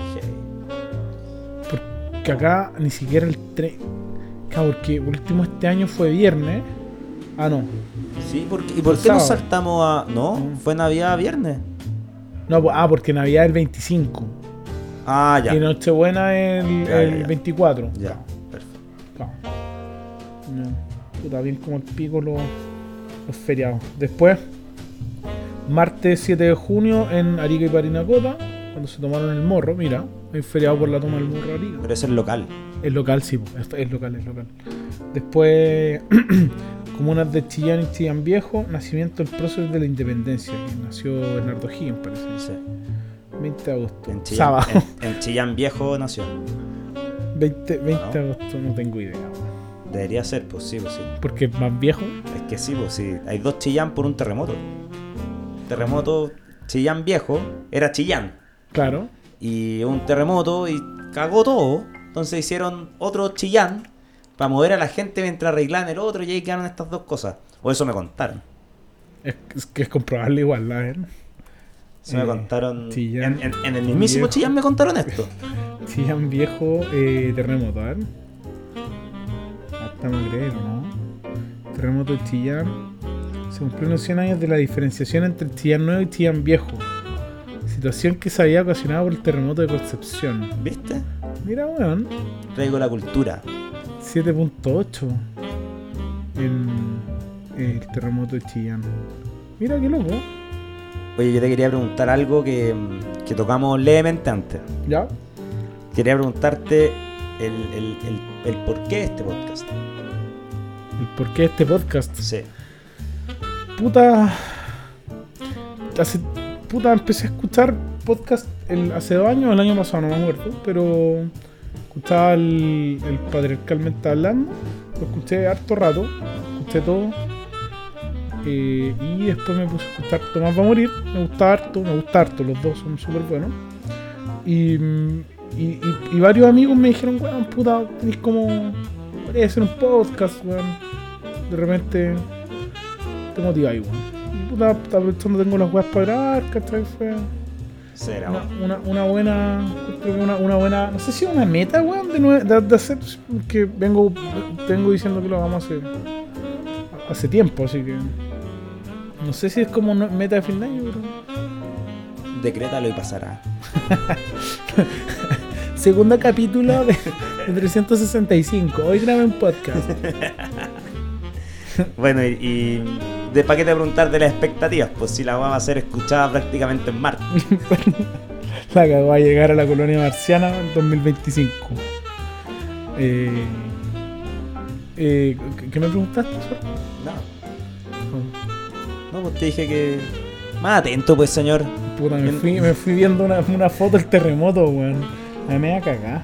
Porque acá ni siquiera el tren. Claro, porque el último este año fue viernes. Ah, no. Sí, ¿y por qué Sábado. nos saltamos a...? No, fue Navidad viernes. No, porque Navidad es el 25. Ah, ya. Y Nochebuena es Ya. el 24. Ya, perfecto. Claro. No. Puta, bien como el pico los feriados. Después, martes 7 de junio en Arica y Parinacota, cuando se tomaron el morro. Mira, hay feriado por la toma del morro de Arica. Pero es el local. Es local, sí, es local. Después, comunas de Chillán y Chillán Viejo, nacimiento del prócer de la independencia, que nació Bernardo Higgins, parece. Sí. 20 de agosto. En Chillán, Sábado. en Chillán Viejo nació. 20 ¿No? de agosto, no tengo idea. Debería ser, pues sí, pues sí. Porque es más viejo. Es que sí, pues sí. Hay 2 Chillán por un terremoto. Terremoto, Chillán viejo, era Chillán. Claro. Y un terremoto y cagó todo. Entonces hicieron otro Chillán para mover a la gente mientras arreglaban el otro y ahí quedaron estas 2 cosas. O eso me contaron. Es que es comprobable igual, la verdad. Eso me contaron. Chillán En el mismísimo viejo. Chillán me contaron esto. Chillán viejo, terremoto, a ver. Hasta me creer, ¿no? Terremoto de Chillán. Se cumplieron los 100 años de la diferenciación entre Chillán nuevo y Chillán viejo. Situación que se había ocasionado por el terremoto de Concepción. ¿Viste? Mira, weón. Traigo la cultura. 7.8 en el terremoto de Chillán. Mira qué loco. Oye, yo te quería preguntar algo que tocamos levemente antes. ¿Ya? Quería preguntarte el porqué de este podcast. El porqué de este podcast. Sí. Puta. Empecé a escuchar podcast hace 2 años, el año pasado, no me acuerdo, pero escuchaba el Patriarcalmente Hablando, lo escuché harto rato, escuché todo, y después me puse a escuchar Tomás va a morir, me gusta harto, los dos son súper buenos, y varios amigos me dijeron, weón, puta, tenés como, podría hacer un podcast, weón, de repente te motiva ahí, weón. Puta, aprovechando tengo las weas para grabar, ¿cachai? Fue Será. una buena, creo que una buena, no sé si una meta, weón, de hacer, que vengo diciendo que lo hagamos hace tiempo, así que no sé si es como una meta de fin de año, pero Decrétalo y pasará. segundo capítulo de 365, hoy grabé un podcast. Bueno, y de para qué te preguntar de las expectativas, pues si la va a ser escuchada prácticamente en Marte. La cagó a llegar a la colonia marciana en 2025. ¿Qué me preguntaste? No, pues te dije que... Más atento, pues, señor. Puta, me fui viendo una foto del terremoto, weón. A mí me va a cagar.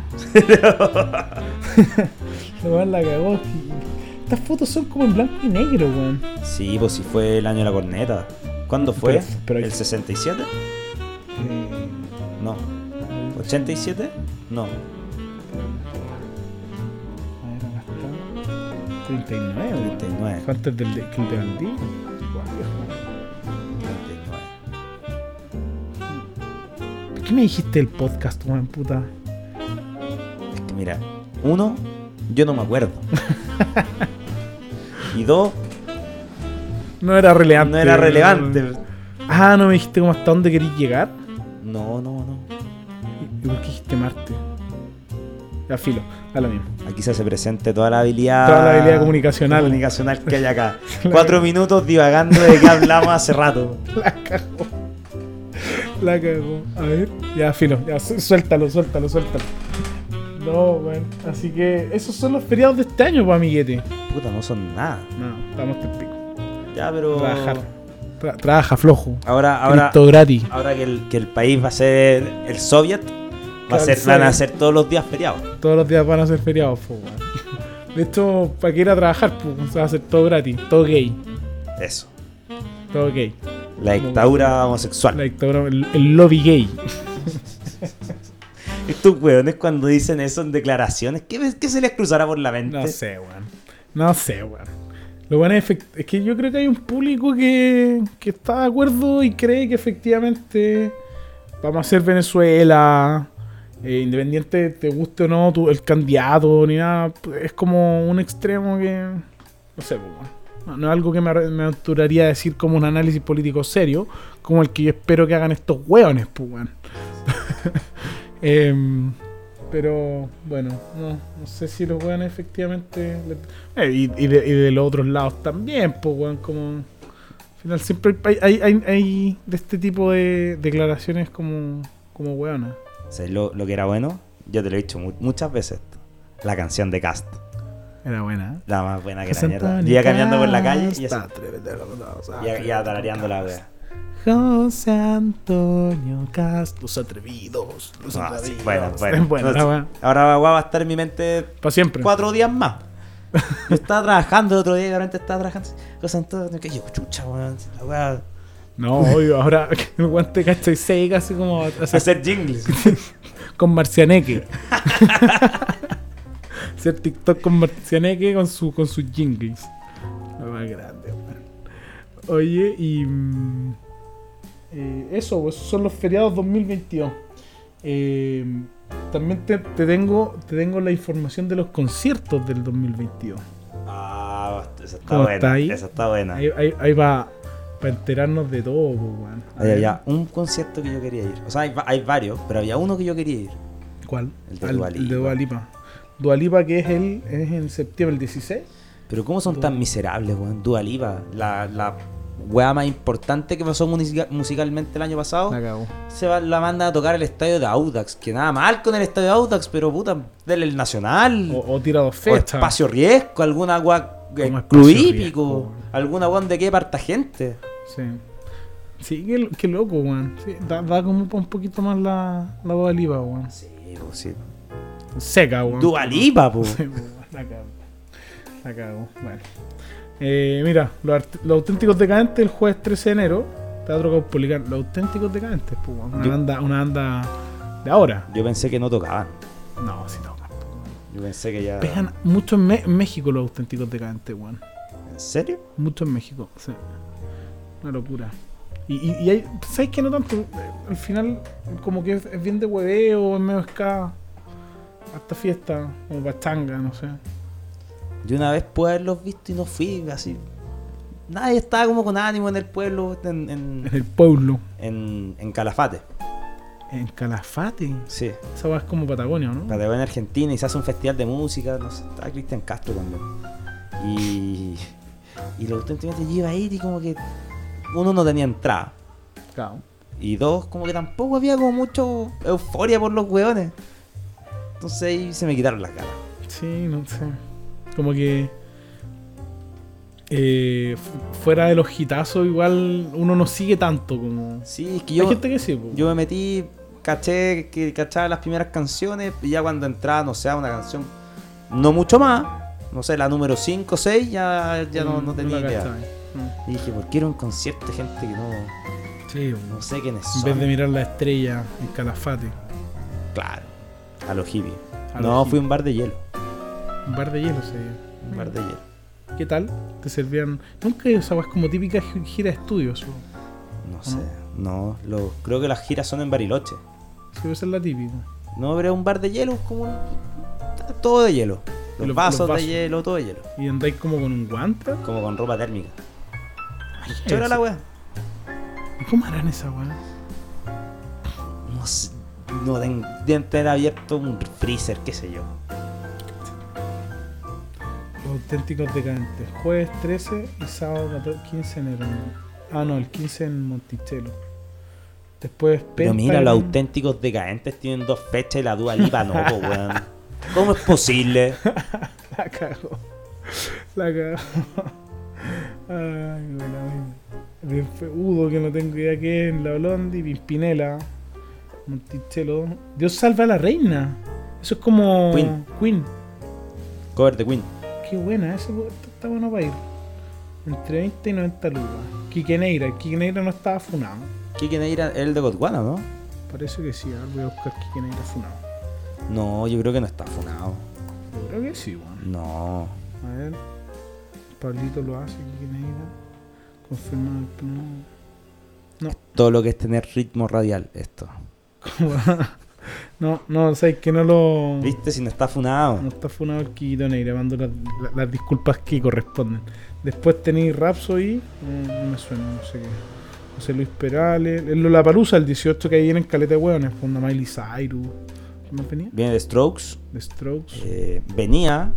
Weón, la cagó. Estas fotos son como en blanco y negro, weón. Sí, pues si fue el año de la corneta. ¿Cuándo fue? Pero ¿El 67? No. ¿87? No. A ver, acá está. 39, weón. 39. ¿Fue antes del de Valdí? Igual, viejo. 39. ¿Qué me dijiste del podcast, weón, puta? Es que mira, 1, yo no me acuerdo. Y 2, No era relevante. no era relevante. Ah, ¿no me dijiste como hasta dónde querías llegar? No. ¿Y por qué dijiste Marte? Ya, filo, da lo mismo. Aquí se hace presente toda la habilidad... Toda la habilidad comunicacional. comunicacional que hay acá. 4 minutos divagando de qué hablamos hace rato. La cagó. A ver. Ya, filo. Ya, suéltalo. No, bueno. Así que esos son los feriados de este año, pues, amiguete. Puta, no son nada. No, estamos del pico. Ya, pero... Trabajar. Trabaja flojo. Ahora, Cristo gratis. ahora que el país va a ser el soviet, van a ser todos los días feriados. Todos los días van a ser feriados, pues, weón. De hecho, para que ir a trabajar, pues, se va a hacer todo gratis. Todo gay. Eso. Todo gay. La dictadura homosexual. La dictadura, el lobby gay. Estos weones cuando dicen eso en declaraciones, ¿qué se les cruzará por la mente? No sé, weón. Lo bueno es que yo creo que hay un público que está de acuerdo y cree que efectivamente vamos a ser Venezuela, independiente te guste o no el candidato ni nada, es como un extremo que no sé, pues, no es algo que me aventuraría a decir como un análisis político serio, como el que yo espero que hagan estos hueones, pues, weón. Pero bueno, no sé si los weones efectivamente y de los otros lados también, pues weón, como al final siempre hay de este tipo de declaraciones como weonas. ¿Sabes lo que era bueno? Yo te lo he dicho muchas veces. La canción de Cast. Era buena, ¿eh? La más buena que la José mierda. Antonio Yo iba caminando por la calle y Cast, ya tarareando la wea. José Antonio Cast, los atrevidos. Ah, sí, bueno. Es buena, Entonces, la wea. ahora la wea va a estar en mi mente Para siempre. 4 días más. Yo estaba trabajando el otro día, realmente estaba trabajando. José Antonio, que yo, chucha, weón. La weá. No, obvio, ahora el guante cacho y seca, así como Hacer jingles. con Marcianeque. Hacer TikTok con Marcianeque con sus jingles. La más grande, weón. Oye, y eso, pues, esos son los feriados 2022. También te tengo la información de los conciertos del 2022. Ah, esa está ¿Cómo buena. está ahí? Esa está buena. Ahí va para enterarnos de todo, pues, weón. Ahí había un concierto que yo quería ir. O sea, hay varios, pero había uno que yo quería ir. ¿Cuál? El de Dua Lipa. El de Dua Lipa. Dua Lipa, que es en septiembre, el 16. Pero ¿cómo son tan miserables, weón? Dua Lipa, la weá más importante que pasó musicalmente el año pasado, La cagó. la manda a tocar el estadio de Audax. Que nada mal con el estadio de Audax, pero puta, denle el Nacional. O tira dos O fechas. Espacio Riesgo, alguna weá, Como club Espacio hípico, Riesgo. alguna weá donde quede parta gente. Sí. Sí, qué loco, weón. Sí, da como pa' un poquito más la Dua Lipa, weón. Sí, pues sí. Seca, weón. Dua Lipa, pues. Sí, weón, la cago. Bueno. Mira, los auténticos decadentes el jueves 13 de enero. Teatro Caupolicán. Los auténticos decadentes, pues, weón. Una banda de ahora. Yo pensé que no tocaban. No, sí tocan. Yo pensé que ya... Pegan mucho en México los auténticos decadentes, weón. ¿En serio? Mucho en México, sí. Una locura. Y hay, ¿sabes qué? No tanto. Al final, como que es bien de hueveo, es medio ska. Hasta fiesta, como pachanga, no sé. Yo una vez pude haberlos visto y no fui, así. Nadie estaba como con ánimo en el pueblo, En el pueblo. en Calafate. En Calafate. Sí, Esa va es como Patagonia, ¿no? Patagonia, en Argentina, y se hace un festival de música, no sé, estaba Cristian Castro también. Y lo auténticamente yo iba a ir y como que uno no tenía entrada. Claro. Y dos, como que tampoco había como mucho euforia por los hueones. Entonces ahí se me quitaron las ganas. Sí, no sé. Como que fuera de los hitazos igual uno no sigue tanto como... Sí, es que Hay gente que sí, po. yo me metí, cachaba las primeras canciones y ya cuando entraba, no sé, una canción no mucho más, no sé, la número 5 o 6 ya no tenía la idea. cachai. Y dije, ¿por qué era un concierto de gente que Sí, no sé quiénes en son? vez de mirar la estrella en Calafate. Claro, a los hippies. A No, los fui hippies. a un bar de hielo. Un bar de hielo se Un bar de hielo. ¿Qué tal? ¿Te servían? Nunca esa es como típica gira de estudios. No sé, no, creo que las giras son en Bariloche. Sí, esa es la típica. No, pero un bar de hielo, como todo de hielo. Los Los vasos vasos. de hielo, todo de hielo. ¿Y andáis como con un guante? Como con ropa térmica. ¿Qué ¿Qué era es la eso? weá? ¿Cómo harán esa weá? No sé, no deben tener abierto un freezer, qué sé yo. Los auténticos decadentes. Jueves 13 y sábado 15 de enero. No, el 15 en Monticello. Después Pero mira, los Pentagon. auténticos decadentes tienen 2 fechas y la Dua Lipa no, po, weón. ¿Cómo es posible? La cago. La cago. Ay, bueno. Después Udo, que no tengo idea qué es, La Blondie, Pimpinela, Monticello. Dios salva a la reina. Eso es como Queen. Cover de Queen. Qué buena, eso está bueno para ir. Entre 20 y 90 lucas. Quique Neira. Quique Neira no estaba funado. Quique Neira es el de Gondwana, ¿no? Parece que sí, ahora voy a buscar Quique Neira funado. No, yo creo que no está funado. Yo creo que sí, weón. No. A ver. Pablito lo hace, Quique Neira. Confirmado el plan. Todo lo que es tener ritmo radial, esto. No, sabes que no lo. ¿Viste? Si no está funado. No está funado el Quiquito Neira, mando las disculpas que corresponden. Después tenéis Rhapsody, no me suena, no sé qué. José Luis Perales, el Lollapalooza, el 18 que ahí viene en caleta de hueones, con una Miley Cyrus. ¿Qué más venía? Viene de Strokes. The Strokes. Venía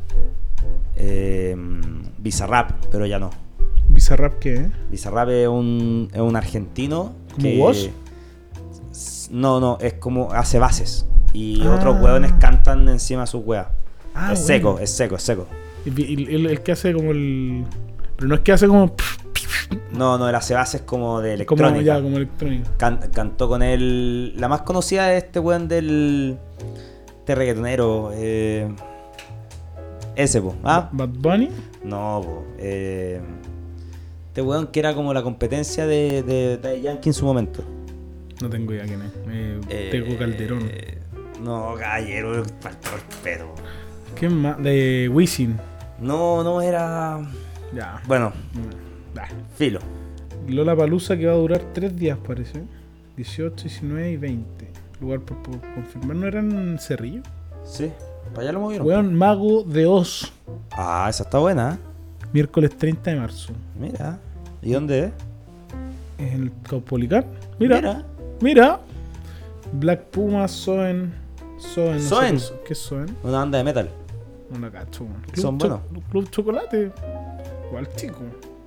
Bizarrap, pero ya no. Bizarrap, ¿qué? Bizarrap es un argentino. ¿Como vos? No, es como hace bases. Y Ah. otros hueones cantan encima de sus hueas. Ah, es bueno. seco. Y el que hace como el. Pero no es que hace como. No, el hace bases como de Como electrónica. como electrónica. Cantó con él. La más conocida es este weón del. Este reggaetonero. Ese, po. ¿Ah? Bad Bunny. No, po. Este weón que era como la competencia de Daddy Yankee en su momento. No tengo idea quién es. Tego Calderón. No, caballero, faltó respeto. ¿Quién más? De Wisin. No era. Ya. Bueno, filo. Lollapalooza que va a durar 3 días, parece. 18, 19 y 20. Lugar por confirmar. ¿No eran Cerrillo? Sí, para allá lo movieron. Weón, Mago de Oz. Ah, esa está buena, ¿eh? Miércoles 30 de marzo. Mira. ¿Y dónde es? Es en el Caupolicán. Mira. Black Puma, Soen. No Soen. sé ¿qué es Soen? Una banda de metal. No la cacho. weón. Son buenos. Club Chocolate. Igual chico.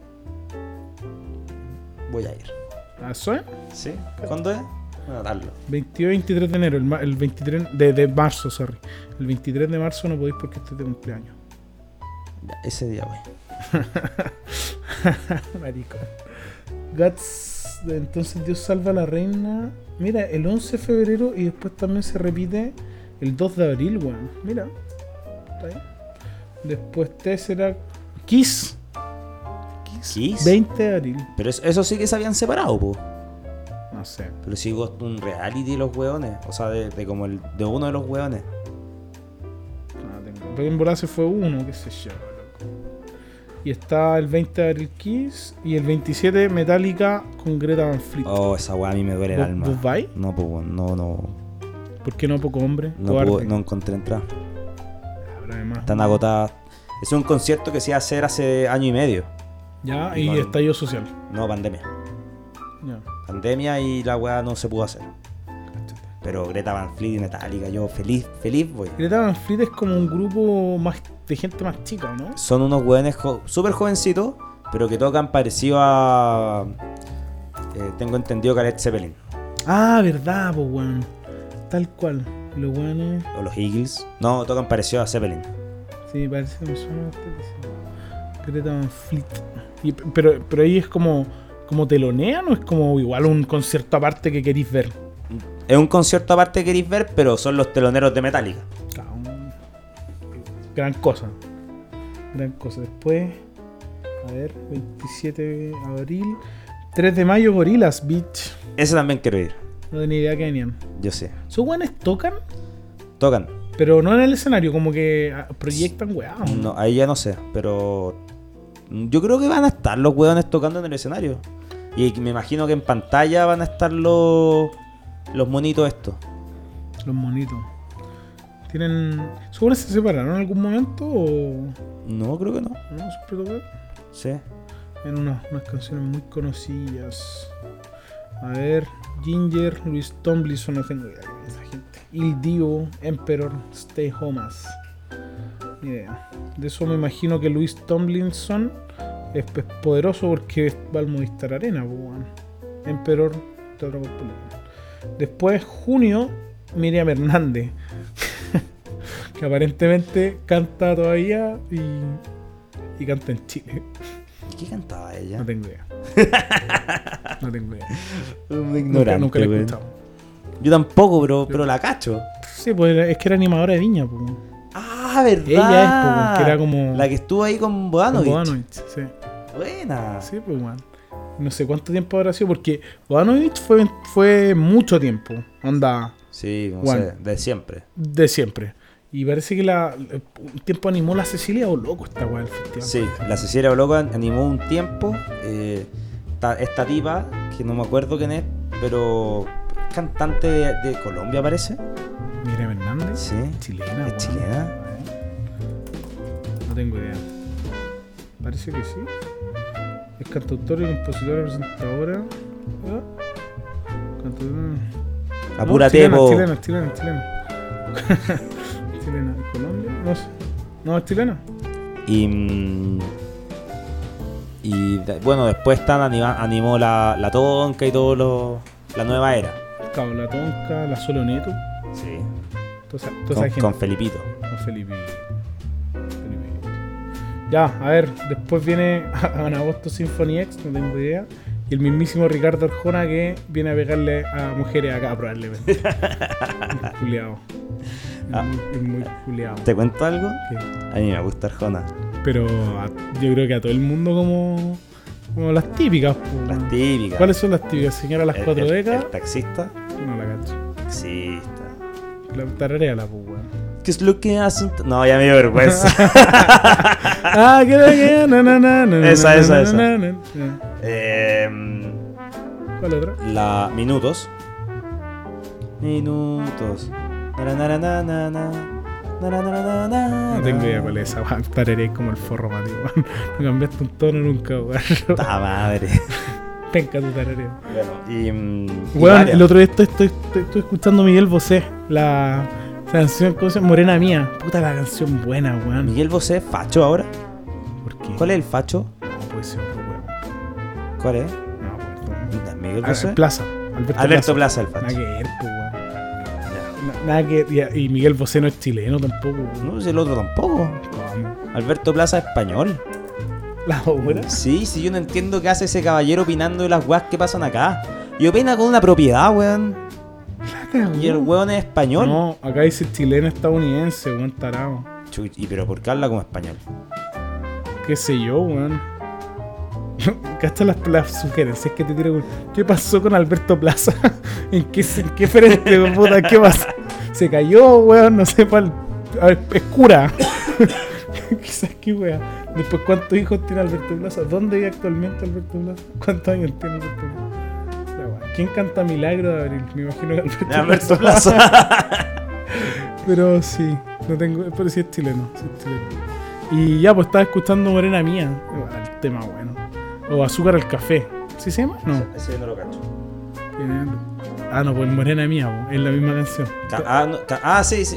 Voy a ir. ¿A Soen? ¿Sí? ¿Cuándo es? Voy a anotarlo. 22 y 23 de enero. El 23 de marzo, sorry. El 23 de marzo no podéis porque estoy de cumpleaños. Ya, ese día, güey. Marico. Guts. Entonces Dios salva a la reina. Mira, el 11 de febrero y después también se repite el 2 de abril, weón. Mira. Está ahí. Después T será Kiss. ¿Kiss? 20 de abril. Pero eso sí que se habían separado, po. No sé. Pero sí costó un reality de los hueones. O sea, de como de uno de los hueones. No tengo. Pero en volar se fue uno, qué sé yo, loco. Y está el 20 de abril Kiss y el 27 Metallica con Greta Van Fleet. Oh, esa weá a mí me duele el alma. ¿Vos vais? No, pues, no. ¿Por qué no poco hombre? No, no encontré entrada. Pero además, Están agotadas. Es un concierto que se iba a hacer hace año y medio. ya, y Igual. estallido social. No, pandemia. Ya. Pandemia y la weá no se pudo hacer. Pero Greta Van Fleet y Metallica, yo feliz voy. Greta Van Fleet es como un grupo más de gente más chica, ¿no? Son unos weones súper jovencitos, pero que tocan parecido a... tengo entendido que a Led Zeppelin. Ah, verdad, pues, weón. Tal cual. Los weones. O los Eagles. No, tocan parecido a Zeppelin. Sí, parece que me suena bastante. Sí. Greta Van Fleet. Pero ahí es como telonean o es como igual un concierto aparte que queréis ver. Es un concierto aparte que queréis ver, pero son los teloneros de Metallica. Gran cosa. Después, a ver, 27 de abril. 3 de mayo, Gorillaz Beach. Ese también quiero ir. No tenía idea que venían. Yo sé. ¿Sus weones tocan? Tocan. Pero no en el escenario, como que proyectan weá. No, ahí ya no sé, pero yo creo que van a estar los weones tocando en el escenario. Y me imagino que en pantalla van a estar los monitos estos. Los monitos. ¿Tienen. ¿Sus weones se separaron en algún momento o.? No, creo que no. ¿No? ¿Siempre tocan? Sí. En unas canciones muy conocidas. A ver, Ginger, Luis Tomlinson, no tengo idea de esa gente. Il Dio, Emperor, Stay Homas. Ni idea. De eso me imagino que Luis Tomlinson es poderoso porque va al Movistar Arena, pues, bueno. Emperor, Teatro Popular. Después, junio, Miriam Hernández. Que aparentemente canta todavía y canta en Chile. ¿Qué cantaba ella? No tengo idea. No tengo idea. Un ignorante, Nunca la he weón. escuchado. Yo tampoco, pero la cacho. Sí, pues es que era animadora de Viña, pues. Ah, ¿verdad? Ella es, pues, que era como. La que estuvo ahí con Bodanovich. Bodanovich, sí. Buena. Sí, pues, bueno. No sé cuánto tiempo habrá sido, porque Bodanovich fue mucho tiempo. Onda, Sí, no Bueno. sé, de siempre. de siempre. Y parece que un tiempo animó la Cecilia o loco esta weá del festival. Sí, la Cecilia Boloco animó un tiempo. Esta tipa, que no me acuerdo quién es, pero es cantante de Colombia, parece. Miriam Hernández. Sí. Chilena, ¿Es weón. chilena? A ver. No tengo idea. Parece que sí. Es cantautora y compositora presentadora. Cantautora. Apúrate, no, po. chilena. Chilena, Colombia, no sé. No, es chilena. Bueno, después animó la Tonka y todo la nueva era. Claro, la Tonka, la Solo Neto. Sí. Toda esa gente. Con Felipito. Con Felipe. Ya, a ver, después viene Anagosto Symphony X, no tengo idea. Y el mismísimo Ricardo Arjona que viene a pegarle a mujeres acá probablemente. Culiao. Es muy culiado. ¿Te cuento algo? ¿Qué? A mí me gusta Arjona. Pero yo creo que a todo el mundo como las típicas. Po. Las típicas. ¿Cuáles son las típicas? Señora las 4 décadas. El taxista. No la cacho. Taxista. La tararea la pues, weón. ¿Qué es lo que hacen? No, ya me dio vergüenza. Ah, que Esa. ¿Cuál otra? La Minutos. Minutos. No tengo idea cuál es esa, weón. Tararé como el forro, Mati, weón. No cambiaste un tono nunca, weón. ¡Ta madre! Penca tu tarareo. Bueno, y Weón, varias. el otro día estoy escuchando Miguel Bosé, la canción, ¿cómo se llama? Morena Mía. Puta, la canción buena, weón. Miguel Bosé, facho ahora. ¿Por qué? ¿Cuál es el facho? No, puede ser otro weón. ¿Cuál es? No, weón. ¿Miguel Bosé? Plaza. Alberto Plaza, el Nada facho. que ver, pues, weón. Ya. Nada que... Y Miguel Bosé no es chileno tampoco, weón. No, si el otro tampoco. ¿Cómo? Alberto Plaza es español. ¿La obra? Sí, yo no entiendo qué hace ese caballero opinando de las weas que pasan acá. Y opina con una propiedad, weón. Y el weón es español. No, acá dice chileno estadounidense, weón, tarado. Chuy, ¿y pero por qué habla como español? Qué sé yo, weón. ¿Cachai las sugerencias que te tiro? ¿Qué pasó con Alberto Plaza? ¿En qué frente, weón, puta? ¿Qué pasó? Se cayó, weón, no sé, a ver, es cura. Quizás qué weón. Después, ¿cuántos hijos tiene Alberto Plaza? ¿Dónde vive actualmente Alberto Plaza? ¿Cuántos años tiene Alberto Plaza? Ya, weón. ¿Quién canta Milagro de Abril? Me imagino que Alberto Plaza. Pero sí, no tengo, pero sí es chileno, sí es chileno. Y ya, pues estaba escuchando Morena Mía, el tema bueno. O Azúcar al Café. ¿Sí se llama? No. Ese no lo cacho. Ah, no, pues Morena Mía, es la misma canción. Sí.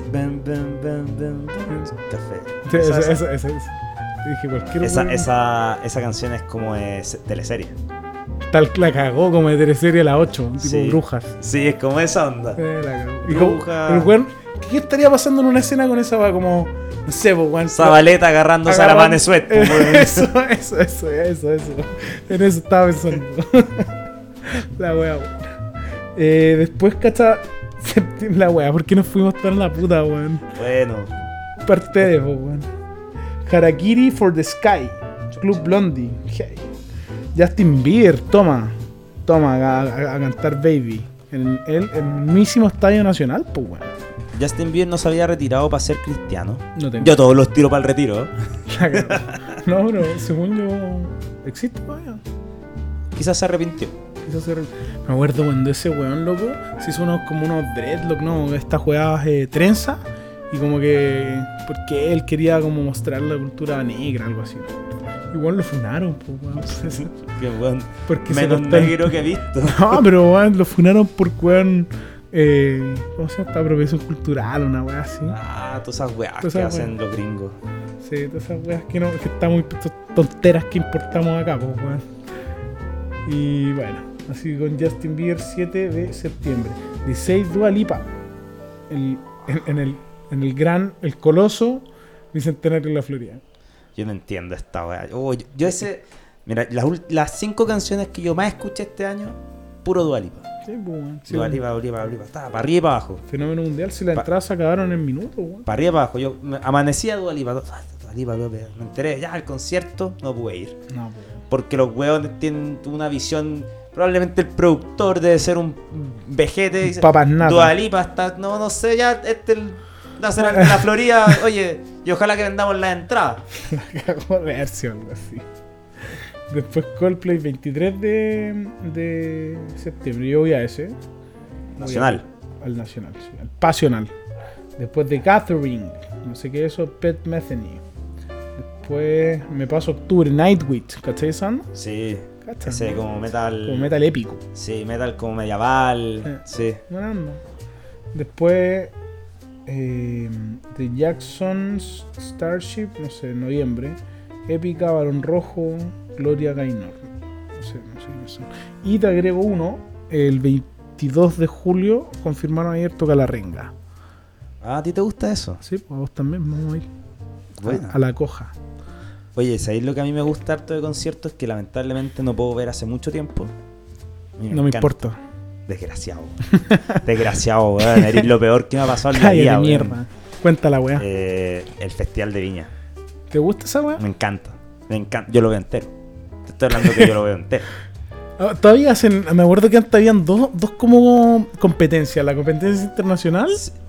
Café. Esa. Dije cualquier Esa canción es como de teleserie. Tal la cagó como de teleserie a las 8, tipo Sí. Brujas. Sí, es como esa onda. La cagó. Y como, Bruja. el weón, ¿qué estaría pasando en una escena con esa? Como, no sé, pues, weón. Zabaleta agarrándose a la Vane Sweat. Eso. En eso estaba pensando. La wea, weón. Después, cacha, la wea, ¿por qué nos fuimos tan la puta, weón? Bueno, Parte de, weón. Harakiri for the Sky. Club Blondie. Hey. Justin Bieber, toma a cantar Baby. En el mismísimo Estadio Nacional, pues, weón. Justin Bieber no se había retirado para ser cristiano. No tengo. Yo todos los tiro para el retiro. No, pero según yo, existe todavía. Quizás se arrepintió. Me acuerdo cuando ese weón, loco, se hizo como unos dreadlock, ¿no? Estas jugadas trenza. Y como que... Porque él quería como mostrar la cultura negra, algo así. Igual lo funaron, pues, weón. Qué weón. Porque Menos se cortan- negro que he visto. No, pero weón, lo funaron por weón. ¿Cómo se llama? Esta apropiación cultural, una weá así. Ah, todas esas weas Todas que esas hacen los gringos. Sí, todas esas weas que están muy tonteras que importamos acá, pues, weón. Y bueno, así con Justin Bieber 7 de septiembre. 16 Dua Lipa. En el coloso Bicentenario de la Florida. Yo no entiendo esta wea. Yo ese... Mira, las 5 canciones que yo más escuché este año, puro Dua Lipa. Sí, pues, weón. Sí, Dua Lipa. Estaba para arriba y para abajo. Fenómeno mundial, si las entradas se acabaron en minutos, weón. Para arriba y para abajo. Yo amanecía Dua Lipa. Dua Lipa, López. Me enteré, ya al concierto no pude ir. No, pues. Porque los weones tienen una visión. Probablemente el productor debe ser un vejete. Y dice, Papas nata. Dua Lipa está. No sé, ya la Florida. Oye, y ojalá que vendamos las entradas. Cagó verse o algo así. Después Coldplay 23 de septiembre. Yo voy a ese. Nacional. Al Nacional, sí, al Pasional. Después de Gathering, no sé qué es eso, Pet Metheny. Después me paso octubre, Nightwish, ¿cachai esa onda? Sí. ¿Cachai? Ese como metal. Como metal épico. Sí, metal como medieval. Sí. Buena onda. Después The Jackson's Starship, no sé, noviembre. Épica, Barón Rojo, Gloria Gaynor. No sé quiénes son. Y te agrego uno, el 22 de julio confirmaron ayer Toca la Renga. Ah, ¿a ti te gusta eso? Sí, pues a vos también, vamos a ir. Bueno. A la coja. Oye, ¿sabéis lo que a mí me gusta harto de conciertos? Que lamentablemente no puedo ver hace mucho tiempo. A mí No me encanta. importa. Desgraciado. Desgraciado, weón. Eres lo peor que me ha pasado en la Cállate, vida, weón. mierda. Cuenta la weá. El Festival de Viña. ¿Te gusta esa weá? Me encanta. Yo lo veo entero. Te estoy hablando que yo lo veo entero. Todavía hacen, me acuerdo que antes habían dos como competencias, la competencia internacional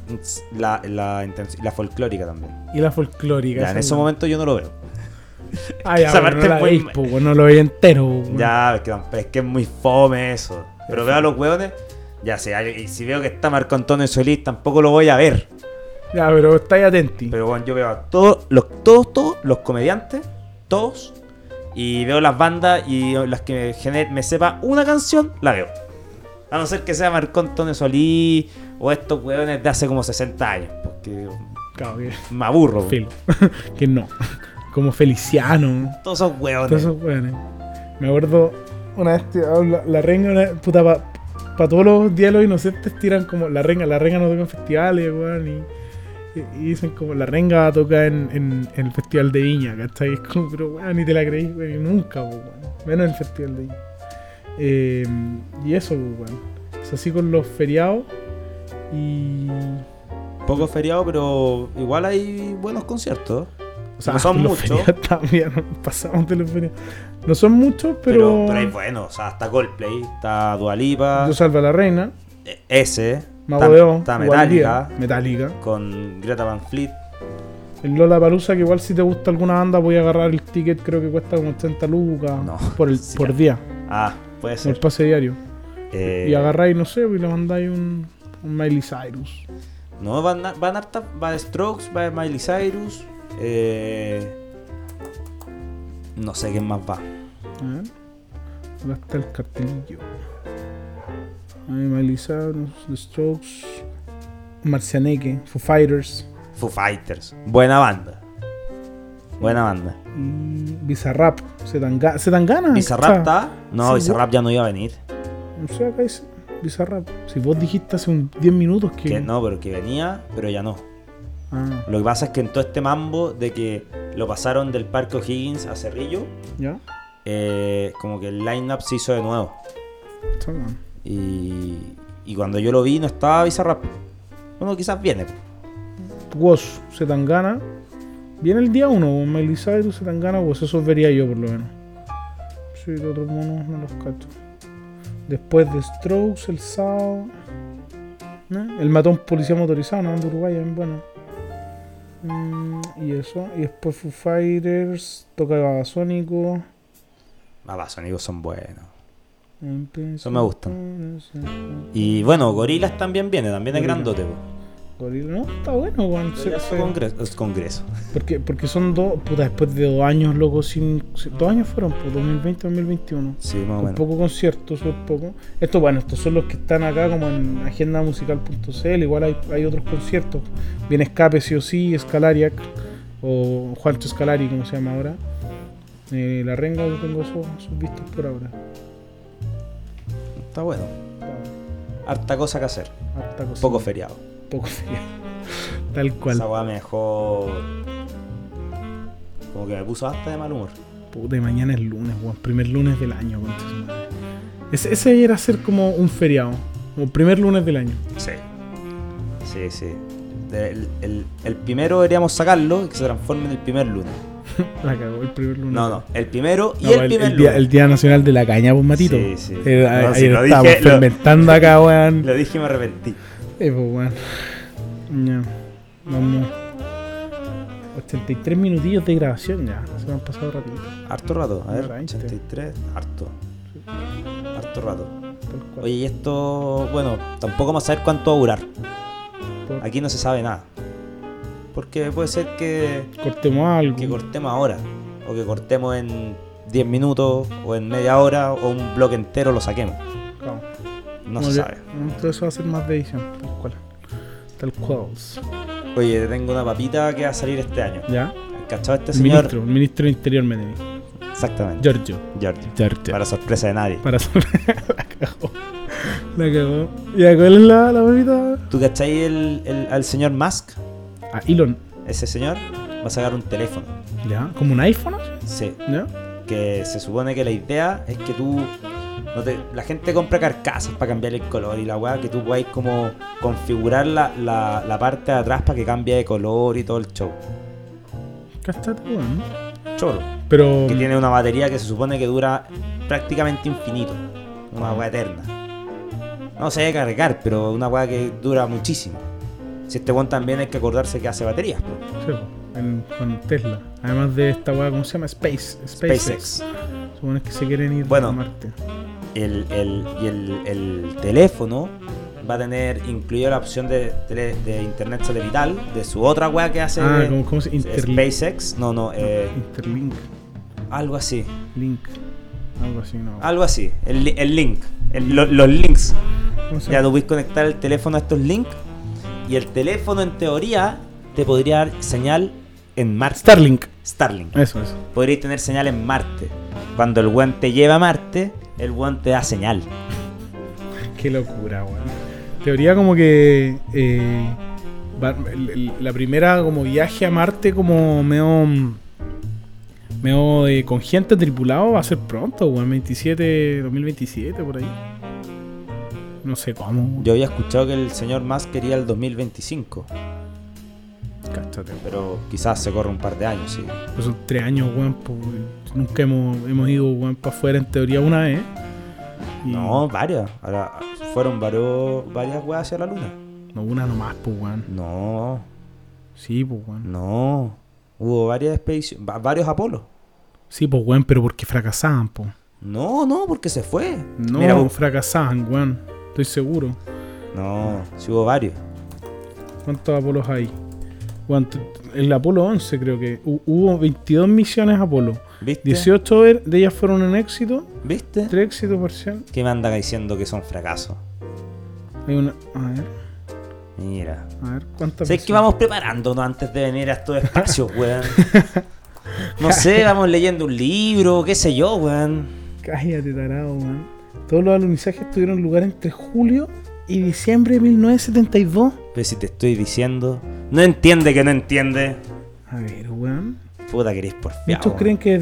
La folclórica también. y la folclórica. Ya, en ese momento yo no lo veo. Ah, ya, esa bueno, parte no la es muy- veis, po, weón, no lo veis entero. Weón. Ya, es que es muy fome eso. Pero veo a los hueones, ya sé, y si veo que está Marco Antonio Solís, tampoco lo voy a ver. Ya, pero estáis atentos. Pero bueno, yo veo a todos los comediantes, todos, y veo las bandas y las que me sepa una canción, la veo. A no ser que sea Marco Antonio Solís o estos hueones de hace como 60 años, porque Claro, que me aburro. filo. Que no. Como Feliciano. Todos esos hueones. Todos esos weones. Me acuerdo una vez la renga, puta, para todos los días de los inocentes tiran como la renga no toca en festivales, weón, y dicen como la renga toca en el festival de Viña, ¿cachai? Es como, pero weón, ni te la creí, weón, nunca, weón. Menos en el festival de Viña. Y eso, weón. Es así con los feriados y... Poco feriado, pero igual hay buenos conciertos. O sea, No son los muchos. feriados también, pasamos de los feriados. No son muchos, pero... Pero hay buenos, o sea, está Coldplay, está Dua Lipa, Yo salvo a la reina. ese, Mago de Oz, está igual Metallica, día. Metallica. con Greta Van Fleet. El Lollapalooza, que igual si te gusta alguna banda voy a agarrar el ticket, creo que cuesta como 80 lucas No, sí, por ya. día, Ah, puede el ser. pase diario. Eh, Y agarráis, no sé, y le mandáis un Miley Cyrus. No, va de Strokes, va de Miley Cyrus. No sé quién más va. A ver. Acá está el cartelillo. Ahí Miley Cyrus, The Strokes, Marcianeque, Foo Fighters Foo Fighters. Buena banda. Buena banda. y Bizarrap. Zetangana. ¿Bizarrap está? No, Sí, Bizarrap ya no iba a venir. No sé, acá dice Bizarrap. Si vos dijiste hace un 10 minutos que... Que no, pero que venía, pero ya no. Ah, Lo que pasa es que en todo este mambo de que lo pasaron del Parque O'Higgins a Cerrillo, ¿ya? como que el line-up se hizo de nuevo. Está bien. Y cuando yo lo vi no estaba Bizarrap. Bueno, quizás viene. Woz, Zetangana. Viene el día 1, Miley Cyrus, Zetangana, Woz. Eso vería yo por lo menos. Sí, los otros monos no los cacho. Después de Strokes, el sábado. El matón policía motorizado, ¿no? De Uruguay, bien bueno. Y eso. Y después Foo Fighters, toca Babasónico. Babasónicos son buenos. Eso me gusta. Y bueno, Gorillaz también viene, también es Gorillaz. grandote. Po. Gorila, no, está bueno, weón. Ya es congreso. Porque son dos, puta, después de 2 años, loco, 2 años fueron, pues, 2020, 2021. Sí, más o Con menos. poco concierto, súper poco. Estos son los que están acá como en agendamusical.cl. Igual hay otros conciertos. Viene Escape, sí o sí, Scalariac, o Juancho Scalari, como se llama ahora. La Renga, yo tengo esos vistos por ahora. Está bueno. Harta cosa que hacer. Harta cosa. Poco feriado. Poco feriado. Tal cual. Esa weá me dejó. Como que me puso hasta de mal humor. Puta, y mañana es lunes, weón. Primer lunes del año, concha su madre. Ese era ser como un feriado. Como primer lunes del año. Sí. Sí. El primero deberíamos sacarlo y que se transforme en el primer lunes. La cagó el primer lunes. No, el primero y No, el primer lunes. el Día Nacional de la Caña, pues, Matito. Sí. Ayer No, sí, lo estábamos dije, fermentando acá, weón. Lo dije y me arrepentí. Pues, weón. Ya. Vamos. 83 minutillos de grabación ya. Se me han pasado rapidito. Harto rato. A ver, 20. 83. Harto rato. Tal cual. Oye, y esto, bueno, tampoco vamos a saber cuánto va a durar. Por- Aquí no se sabe nada. Porque puede ser que Cortemos algo. cortemos ahora. O que cortemos en 10 minutos. O en media hora. O un bloque entero lo saquemos. Claro. No se sabe. Entonces eso va a ser más de edición. Tal cual. Oye, te tengo una papita que va a salir este año. ¿Ya? ¿Cachado este El señor? ministro del Interior me tenía. Exactamente. Giorgio. Giorgio. Para sorpresa de nadie. Para la cagó. La cagó. ¿Ya cuál es la papita? ¿Tú cachai al señor Musk? Ah, Elon. Ese señor va a sacar un teléfono. ¿Ya? ¿Como un iPhone? Sí. ¿Ya? Que se supone que la idea es que tú La gente compra carcasas para cambiar el color y la weá que tú puedes como configurar la parte de atrás para que cambie de color y todo el show. Cástate, weón. Choro. Pero. Que tiene una batería que se supone que dura prácticamente infinito. Una weá eterna. No se debe cargar, pero una weá que dura muchísimo. Si este weón también hay que acordarse que hace baterías, po. Sí, con Tesla. Además de esta weá, ¿cómo se llama? SpaceX. Supone que se quieren ir Bueno, a Marte. El teléfono va a tener incluida la opción de internet satelital de su otra weá que hace ¿cómo se SpaceX. Interlink. Algo así. Link. Algo así, no. Algo así. El link. Los links. ¿Cómo se Ya llama? tú puedes conectar el teléfono a estos links. Y el teléfono, en teoría, te podría dar señal en Marte. Starlink. Eso. Podrías tener señal en Marte. Cuando el weón te lleva a Marte, el weón te da señal. Qué locura, weón. Teoría como que la primera como viaje a Marte como medio con gente tripulado va a ser pronto, weón. 2027, por ahí. No sé cómo. Yo había escuchado que el señor Musk quería el 2025. Cáchate. Pero quizás se corre un par de años, sí. Pues son 3 años, weón. Pues, nunca hemos ido, weón, para afuera en teoría una vez. Y No, varias. Ahora fueron varias weas hacia la luna. no una nomás, pues, weón. No, Sí, pues, weón. no. Hubo varias expediciones, varios Apolos. Sí, pues, weón, pero porque fracasaban, pues. No, porque se fue. No, Mira, fracasaban, weón. Estoy seguro. no, sí hubo varios. ¿Cuántos Apolos hay? El Apolo 11 creo que. Hubo 22 misiones Apolo. ¿Viste? 18 de ellas fueron un éxito. ¿Viste? 3 éxitos parcial. ¿Qué me anda diciendo que son fracasos? Hay una... A Mira. ver, ¿cuántas ¿Sabes que vamos preparándonos antes de venir a estos espacios, weón? No sé, vamos leyendo un libro, qué sé yo, weón. Cállate, tarado, weón. Todos los alunizajes tuvieron lugar entre julio y diciembre de 1972. Pero si te estoy diciendo... No entiende que no entiende. A ver, weón. Puta que eres porfiado. Muchos creen que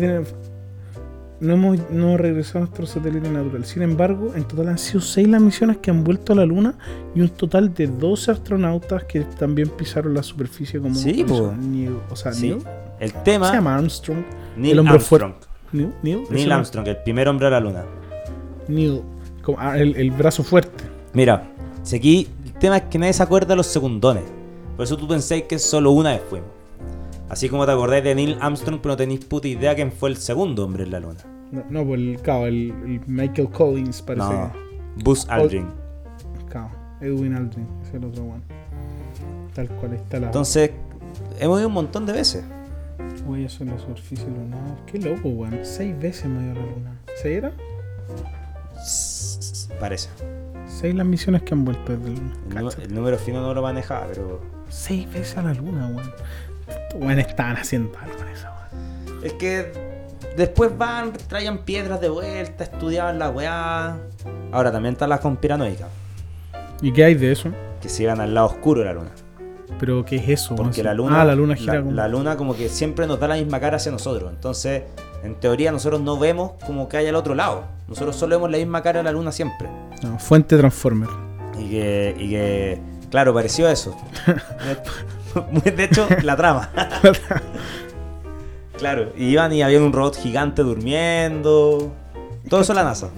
no hemos regresado a nuestro satélite natural. Sin embargo, en total han sido 6 las misiones que han vuelto a la Luna y un total de 12 astronautas que también pisaron la superficie como... Sí, po. Neil. Sí. El ¿Cómo tema... se llama? Armstrong. Neil el hombre Armstrong. Neil Armstrong, el primer hombre a la luna. Neil. Como, el brazo fuerte. Mira, si aquí el tema es que nadie se acuerda de los secundones. Por eso tú pensáis que solo una vez fuimos. Así como te acordáis de Neil Armstrong, pero no tenéis puta idea quién fue el segundo hombre en la luna. No, pues el Michael Collins parece. No, Buzz Aldrin. Edwin Aldrin, ese es el otro one. Tal cual está la... Entonces, hemos ido un montón de veces. Voy a hacer la superficie lunar. Qué loco, weón. 6 veces me dio la luna. ¿6 era? Parece. 6 las misiones que han vuelto desde la luna. El número fino no lo manejaba, pero... 6 veces a la luna, weón. Estos weones estaban haciendo algo en esa weón. Es que después traían piedras de vuelta, estudiaban la weá. Ahora también están las conspiranoicas, ¿Y qué hay de eso? que se iban al lado oscuro de la luna. ¿Pero qué es eso? Porque weón? la luna, la luna gira como... la luna como que siempre nos da la misma cara hacia nosotros. Entonces, en teoría, nosotros no vemos como que hay al otro lado. Nosotros solo vemos la misma cara de la luna siempre. No, fuente Transformer. Y que claro, pareció eso. De hecho, la trama. Claro, y iban y había un robot gigante durmiendo. Todo eso la NASA.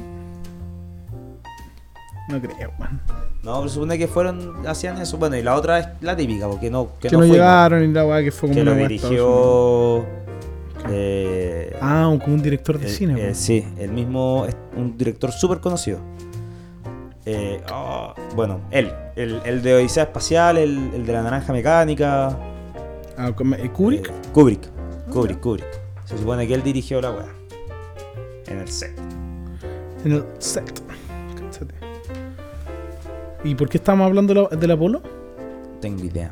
No creo, weón. No, pero supone que hacían eso. Bueno, y la otra es la típica, porque no Que no fuimos. llegaron y la weá que fue como Que una lo weá de Estados Unidos. dirigió... como un director de cine, weón. sí, el mismo, un director súper conocido. Bueno, el de Odisea Espacial, el de la Naranja Mecánica. ¿Kubrick? Kubrick. Se supone que él dirigió la weá. En el set. En el set. Cáchate. ¿Y por qué estamos hablando del Apolo? Tengo idea.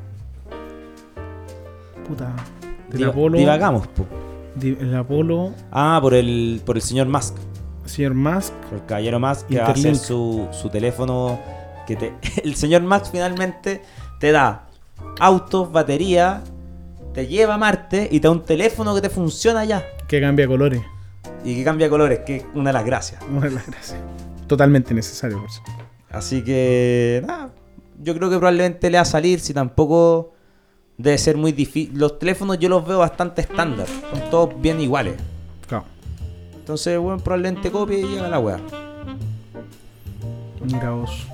Puta. Del Apolo. Divagamos, po. El Apolo. Por el señor Musk. Señor Musk. Por el caballero Musk que va a hacer su teléfono. El señor Musk finalmente te da autos, batería, te lleva a Marte y te da un teléfono que te funciona ya. Que cambia colores. Y que cambia colores, que es una de las gracias. Una de las gracias. totalmente necesario, por eso. Así que, nada, yo creo que probablemente le va a salir, si tampoco debe ser muy difícil. Los teléfonos yo los veo bastante estándar, son todos bien iguales. Claro. Entonces, bueno, probablemente copie y llega la weá. Mira vos.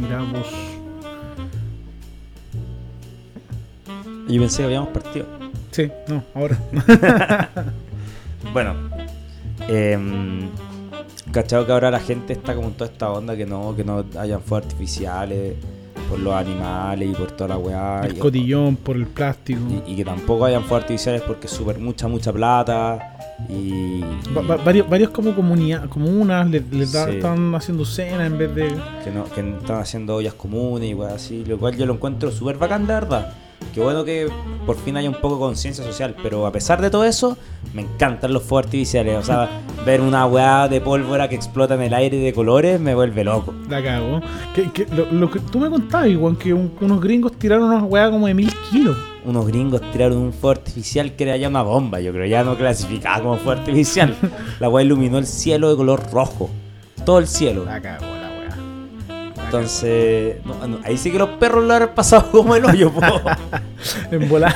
Yo pensé que habíamos partido. Sí, no, ahora. Bueno, cachado que ahora la gente está como en toda esta onda que no hayan fuegos artificiales por los animales y por toda la weá. El cotillón por el plástico. Y que tampoco hayan fuegos artificiales porque es súper mucha plata. Y Varios como comunas les Sí. están haciendo cena en vez de... que están haciendo ollas comunes y weá así, lo cual yo lo encuentro súper bacán, de verdad. Qué bueno que por fin haya un poco de conciencia social, pero a pesar de todo eso, me encantan los fuegos artificiales. O sea, ver una weá de pólvora que explota en el aire de colores me vuelve loco. La cago. Lo que tú me contabas, igual que unos gringos tiraron unas weá como de 1000 kilos. Unos gringos tiraron un fuego artificial que era ya una bomba, yo creo, ya no clasificaba como fuego artificial. La weá iluminó el cielo de color rojo, todo el cielo. La cago, la weá. Entonces, ahí sí que los perros lo han pasado como el hoyo, po. En volar.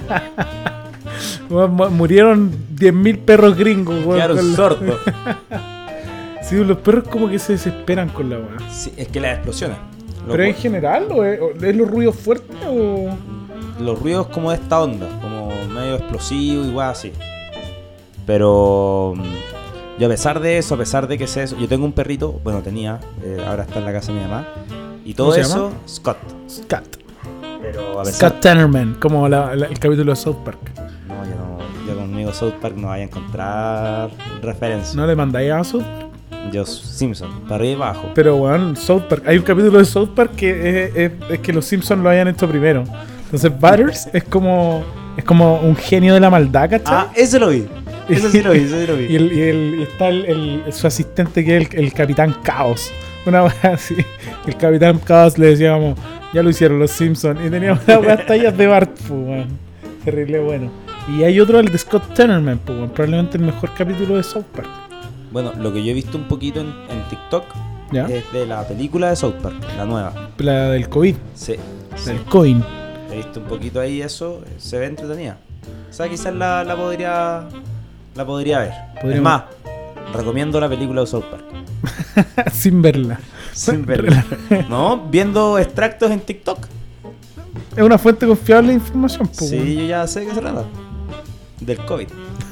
Murieron 10.000 perros gringos, weón. Quedaron sordos. Sí, los perros como que se desesperan con la weá. Sí, es que las explosiones. ¿Pero en general? ¿O es los ruidos fuertes o...? Los ruidos como de esta onda, como medio explosivo y weá así. Pero yo a pesar de eso, a pesar de que sé eso, yo tengo un perrito, bueno tenía, ahora está en la casa de mi mamá. Y todo ¿Cómo se eso, llama? Scott. Scott. Pero a pesar Scott Tenorman, como el capítulo de South Park. yo conmigo South Park no vaya a encontrar referencia. ¿No le mandáis a South? Yo Simpson, para arriba y abajo. Pero weón, South Park. Hay un capítulo de South Park que es que los Simpsons lo hayan hecho primero. Entonces Butters es como un genio de la maldad, ¿cachai? Ah, ese lo vi. Eso sí lo vi, eso sí lo vi. Y está su asistente que es el Capitán Caos. Una wea así. El Capitán Caos le decía como, ya lo hicieron los Simpsons. Y tenía una wea tallas de Bart, pues, weón. Terrible bueno. Y hay otro, el de Scott Tenorman, pues, weón. Probablemente el mejor capítulo de South Park. Bueno, lo que yo he visto un poquito en TikTok ¿Ya? es de la película de South Park, la nueva. La del COVID, Sí. del coin. He visto un poquito ahí eso, se ve entretenida. O sea, quizás la podría ver. Es Podríamos- más, recomiendo la película de South Park. Sin verla. Sin verla. No, viendo extractos en TikTok. Es una fuente confiable de información, pues, weón. Sí, yo ya sé de qué se trata. Del COVID.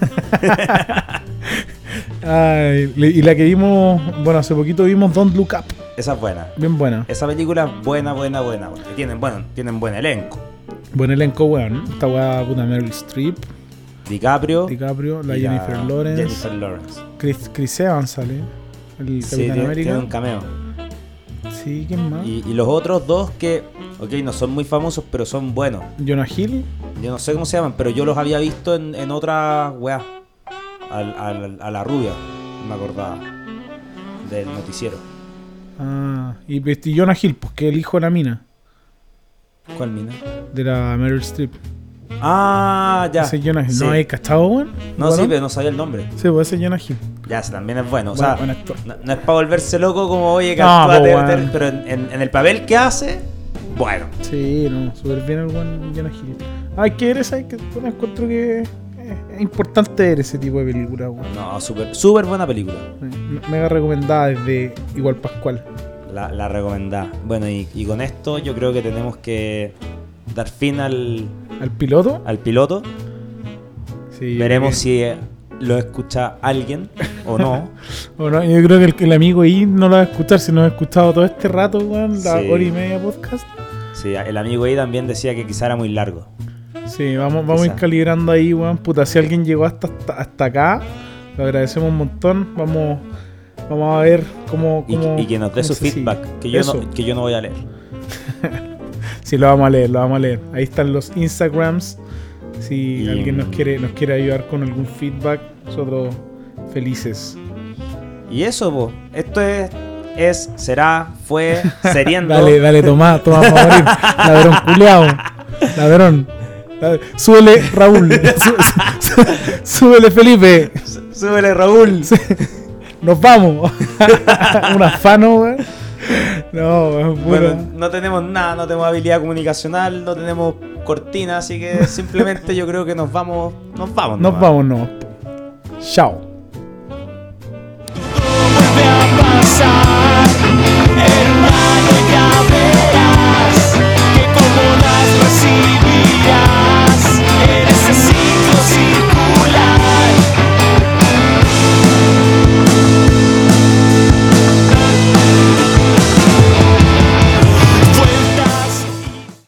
Ay, y la que vimos, bueno, hace poquito vimos Don't Look Up. Esa es buena. Bien buena. Esa película es buena. Y tienen buen elenco. Buen elenco, weón. Esta weá, puta, Meryl Streep, DiCaprio. la y Jennifer Lawrence. Jennifer Lawrence. Chris Evans sale. El Sí, Capitán tiene América. un cameo. Sí, ¿quién más? Y los otros dos que, ok, no son muy famosos, pero son buenos. Jonah Hill. Yo no sé cómo se llaman, pero yo los había visto en otra weá. A la rubia, me acordaba. Del noticiero. Ah, y Jonah Hill, pues que es el hijo de la mina. ¿Cuál mina? De la Meryl Streep. Ah, ya. Ese Jonah Hill. Sí. ¿No hay cachado, weón? No, ¿Bueno? sí, pero no sabía el nombre. Sí, pues ese Jonah Hill. Ya, ese también es bueno. O Bueno, sea, buen actor. no es para volverse loco como, oye, que No, actúa, po, weón. pero en el papel que hace, bueno. Sí, no, súper bien el buen Jonah Hill. Hay que ver esa, bueno, encuentro que es importante ver ese tipo de películas, weón. No, súper buena película. Mega recomendada desde Igual Pascual. La recomendada. Bueno, y con esto yo creo que tenemos que dar fin al ¿Al piloto? piloto. Sí. Veremos si lo escucha alguien o no. Bueno, yo creo que el amigo ahí no lo va a escuchar, si no ha escuchado todo este rato, weón, la Sí. hora y media podcast. Sí, el amigo ahí también decía que quizá era muy largo. Sí, vamos a ir Quizá. calibrando ahí, weón. Puta, si alguien llegó hasta acá, lo agradecemos un montón. Vamos a ver cómo Y que nos dé cómo su se sigue. feedback, que yo Eso. no voy a leer. Sí, lo vamos a leer. Ahí están los Instagrams. Si Y- alguien nos quiere ayudar con algún feedback, nosotros felices. Y eso, po. Esto fue, seriendo. Dale, toma para morir. Ladrón culeado. Ladrón. Súbele, Raúl. Súbele, Felipe. Súbele, Raúl. nos vamos. Un afano, weón. No, weón, pura. Bueno, no tenemos nada, no tenemos habilidad comunicacional, no tenemos cortina, así que simplemente yo creo que nos vamos. Nos vamos, no. Chao.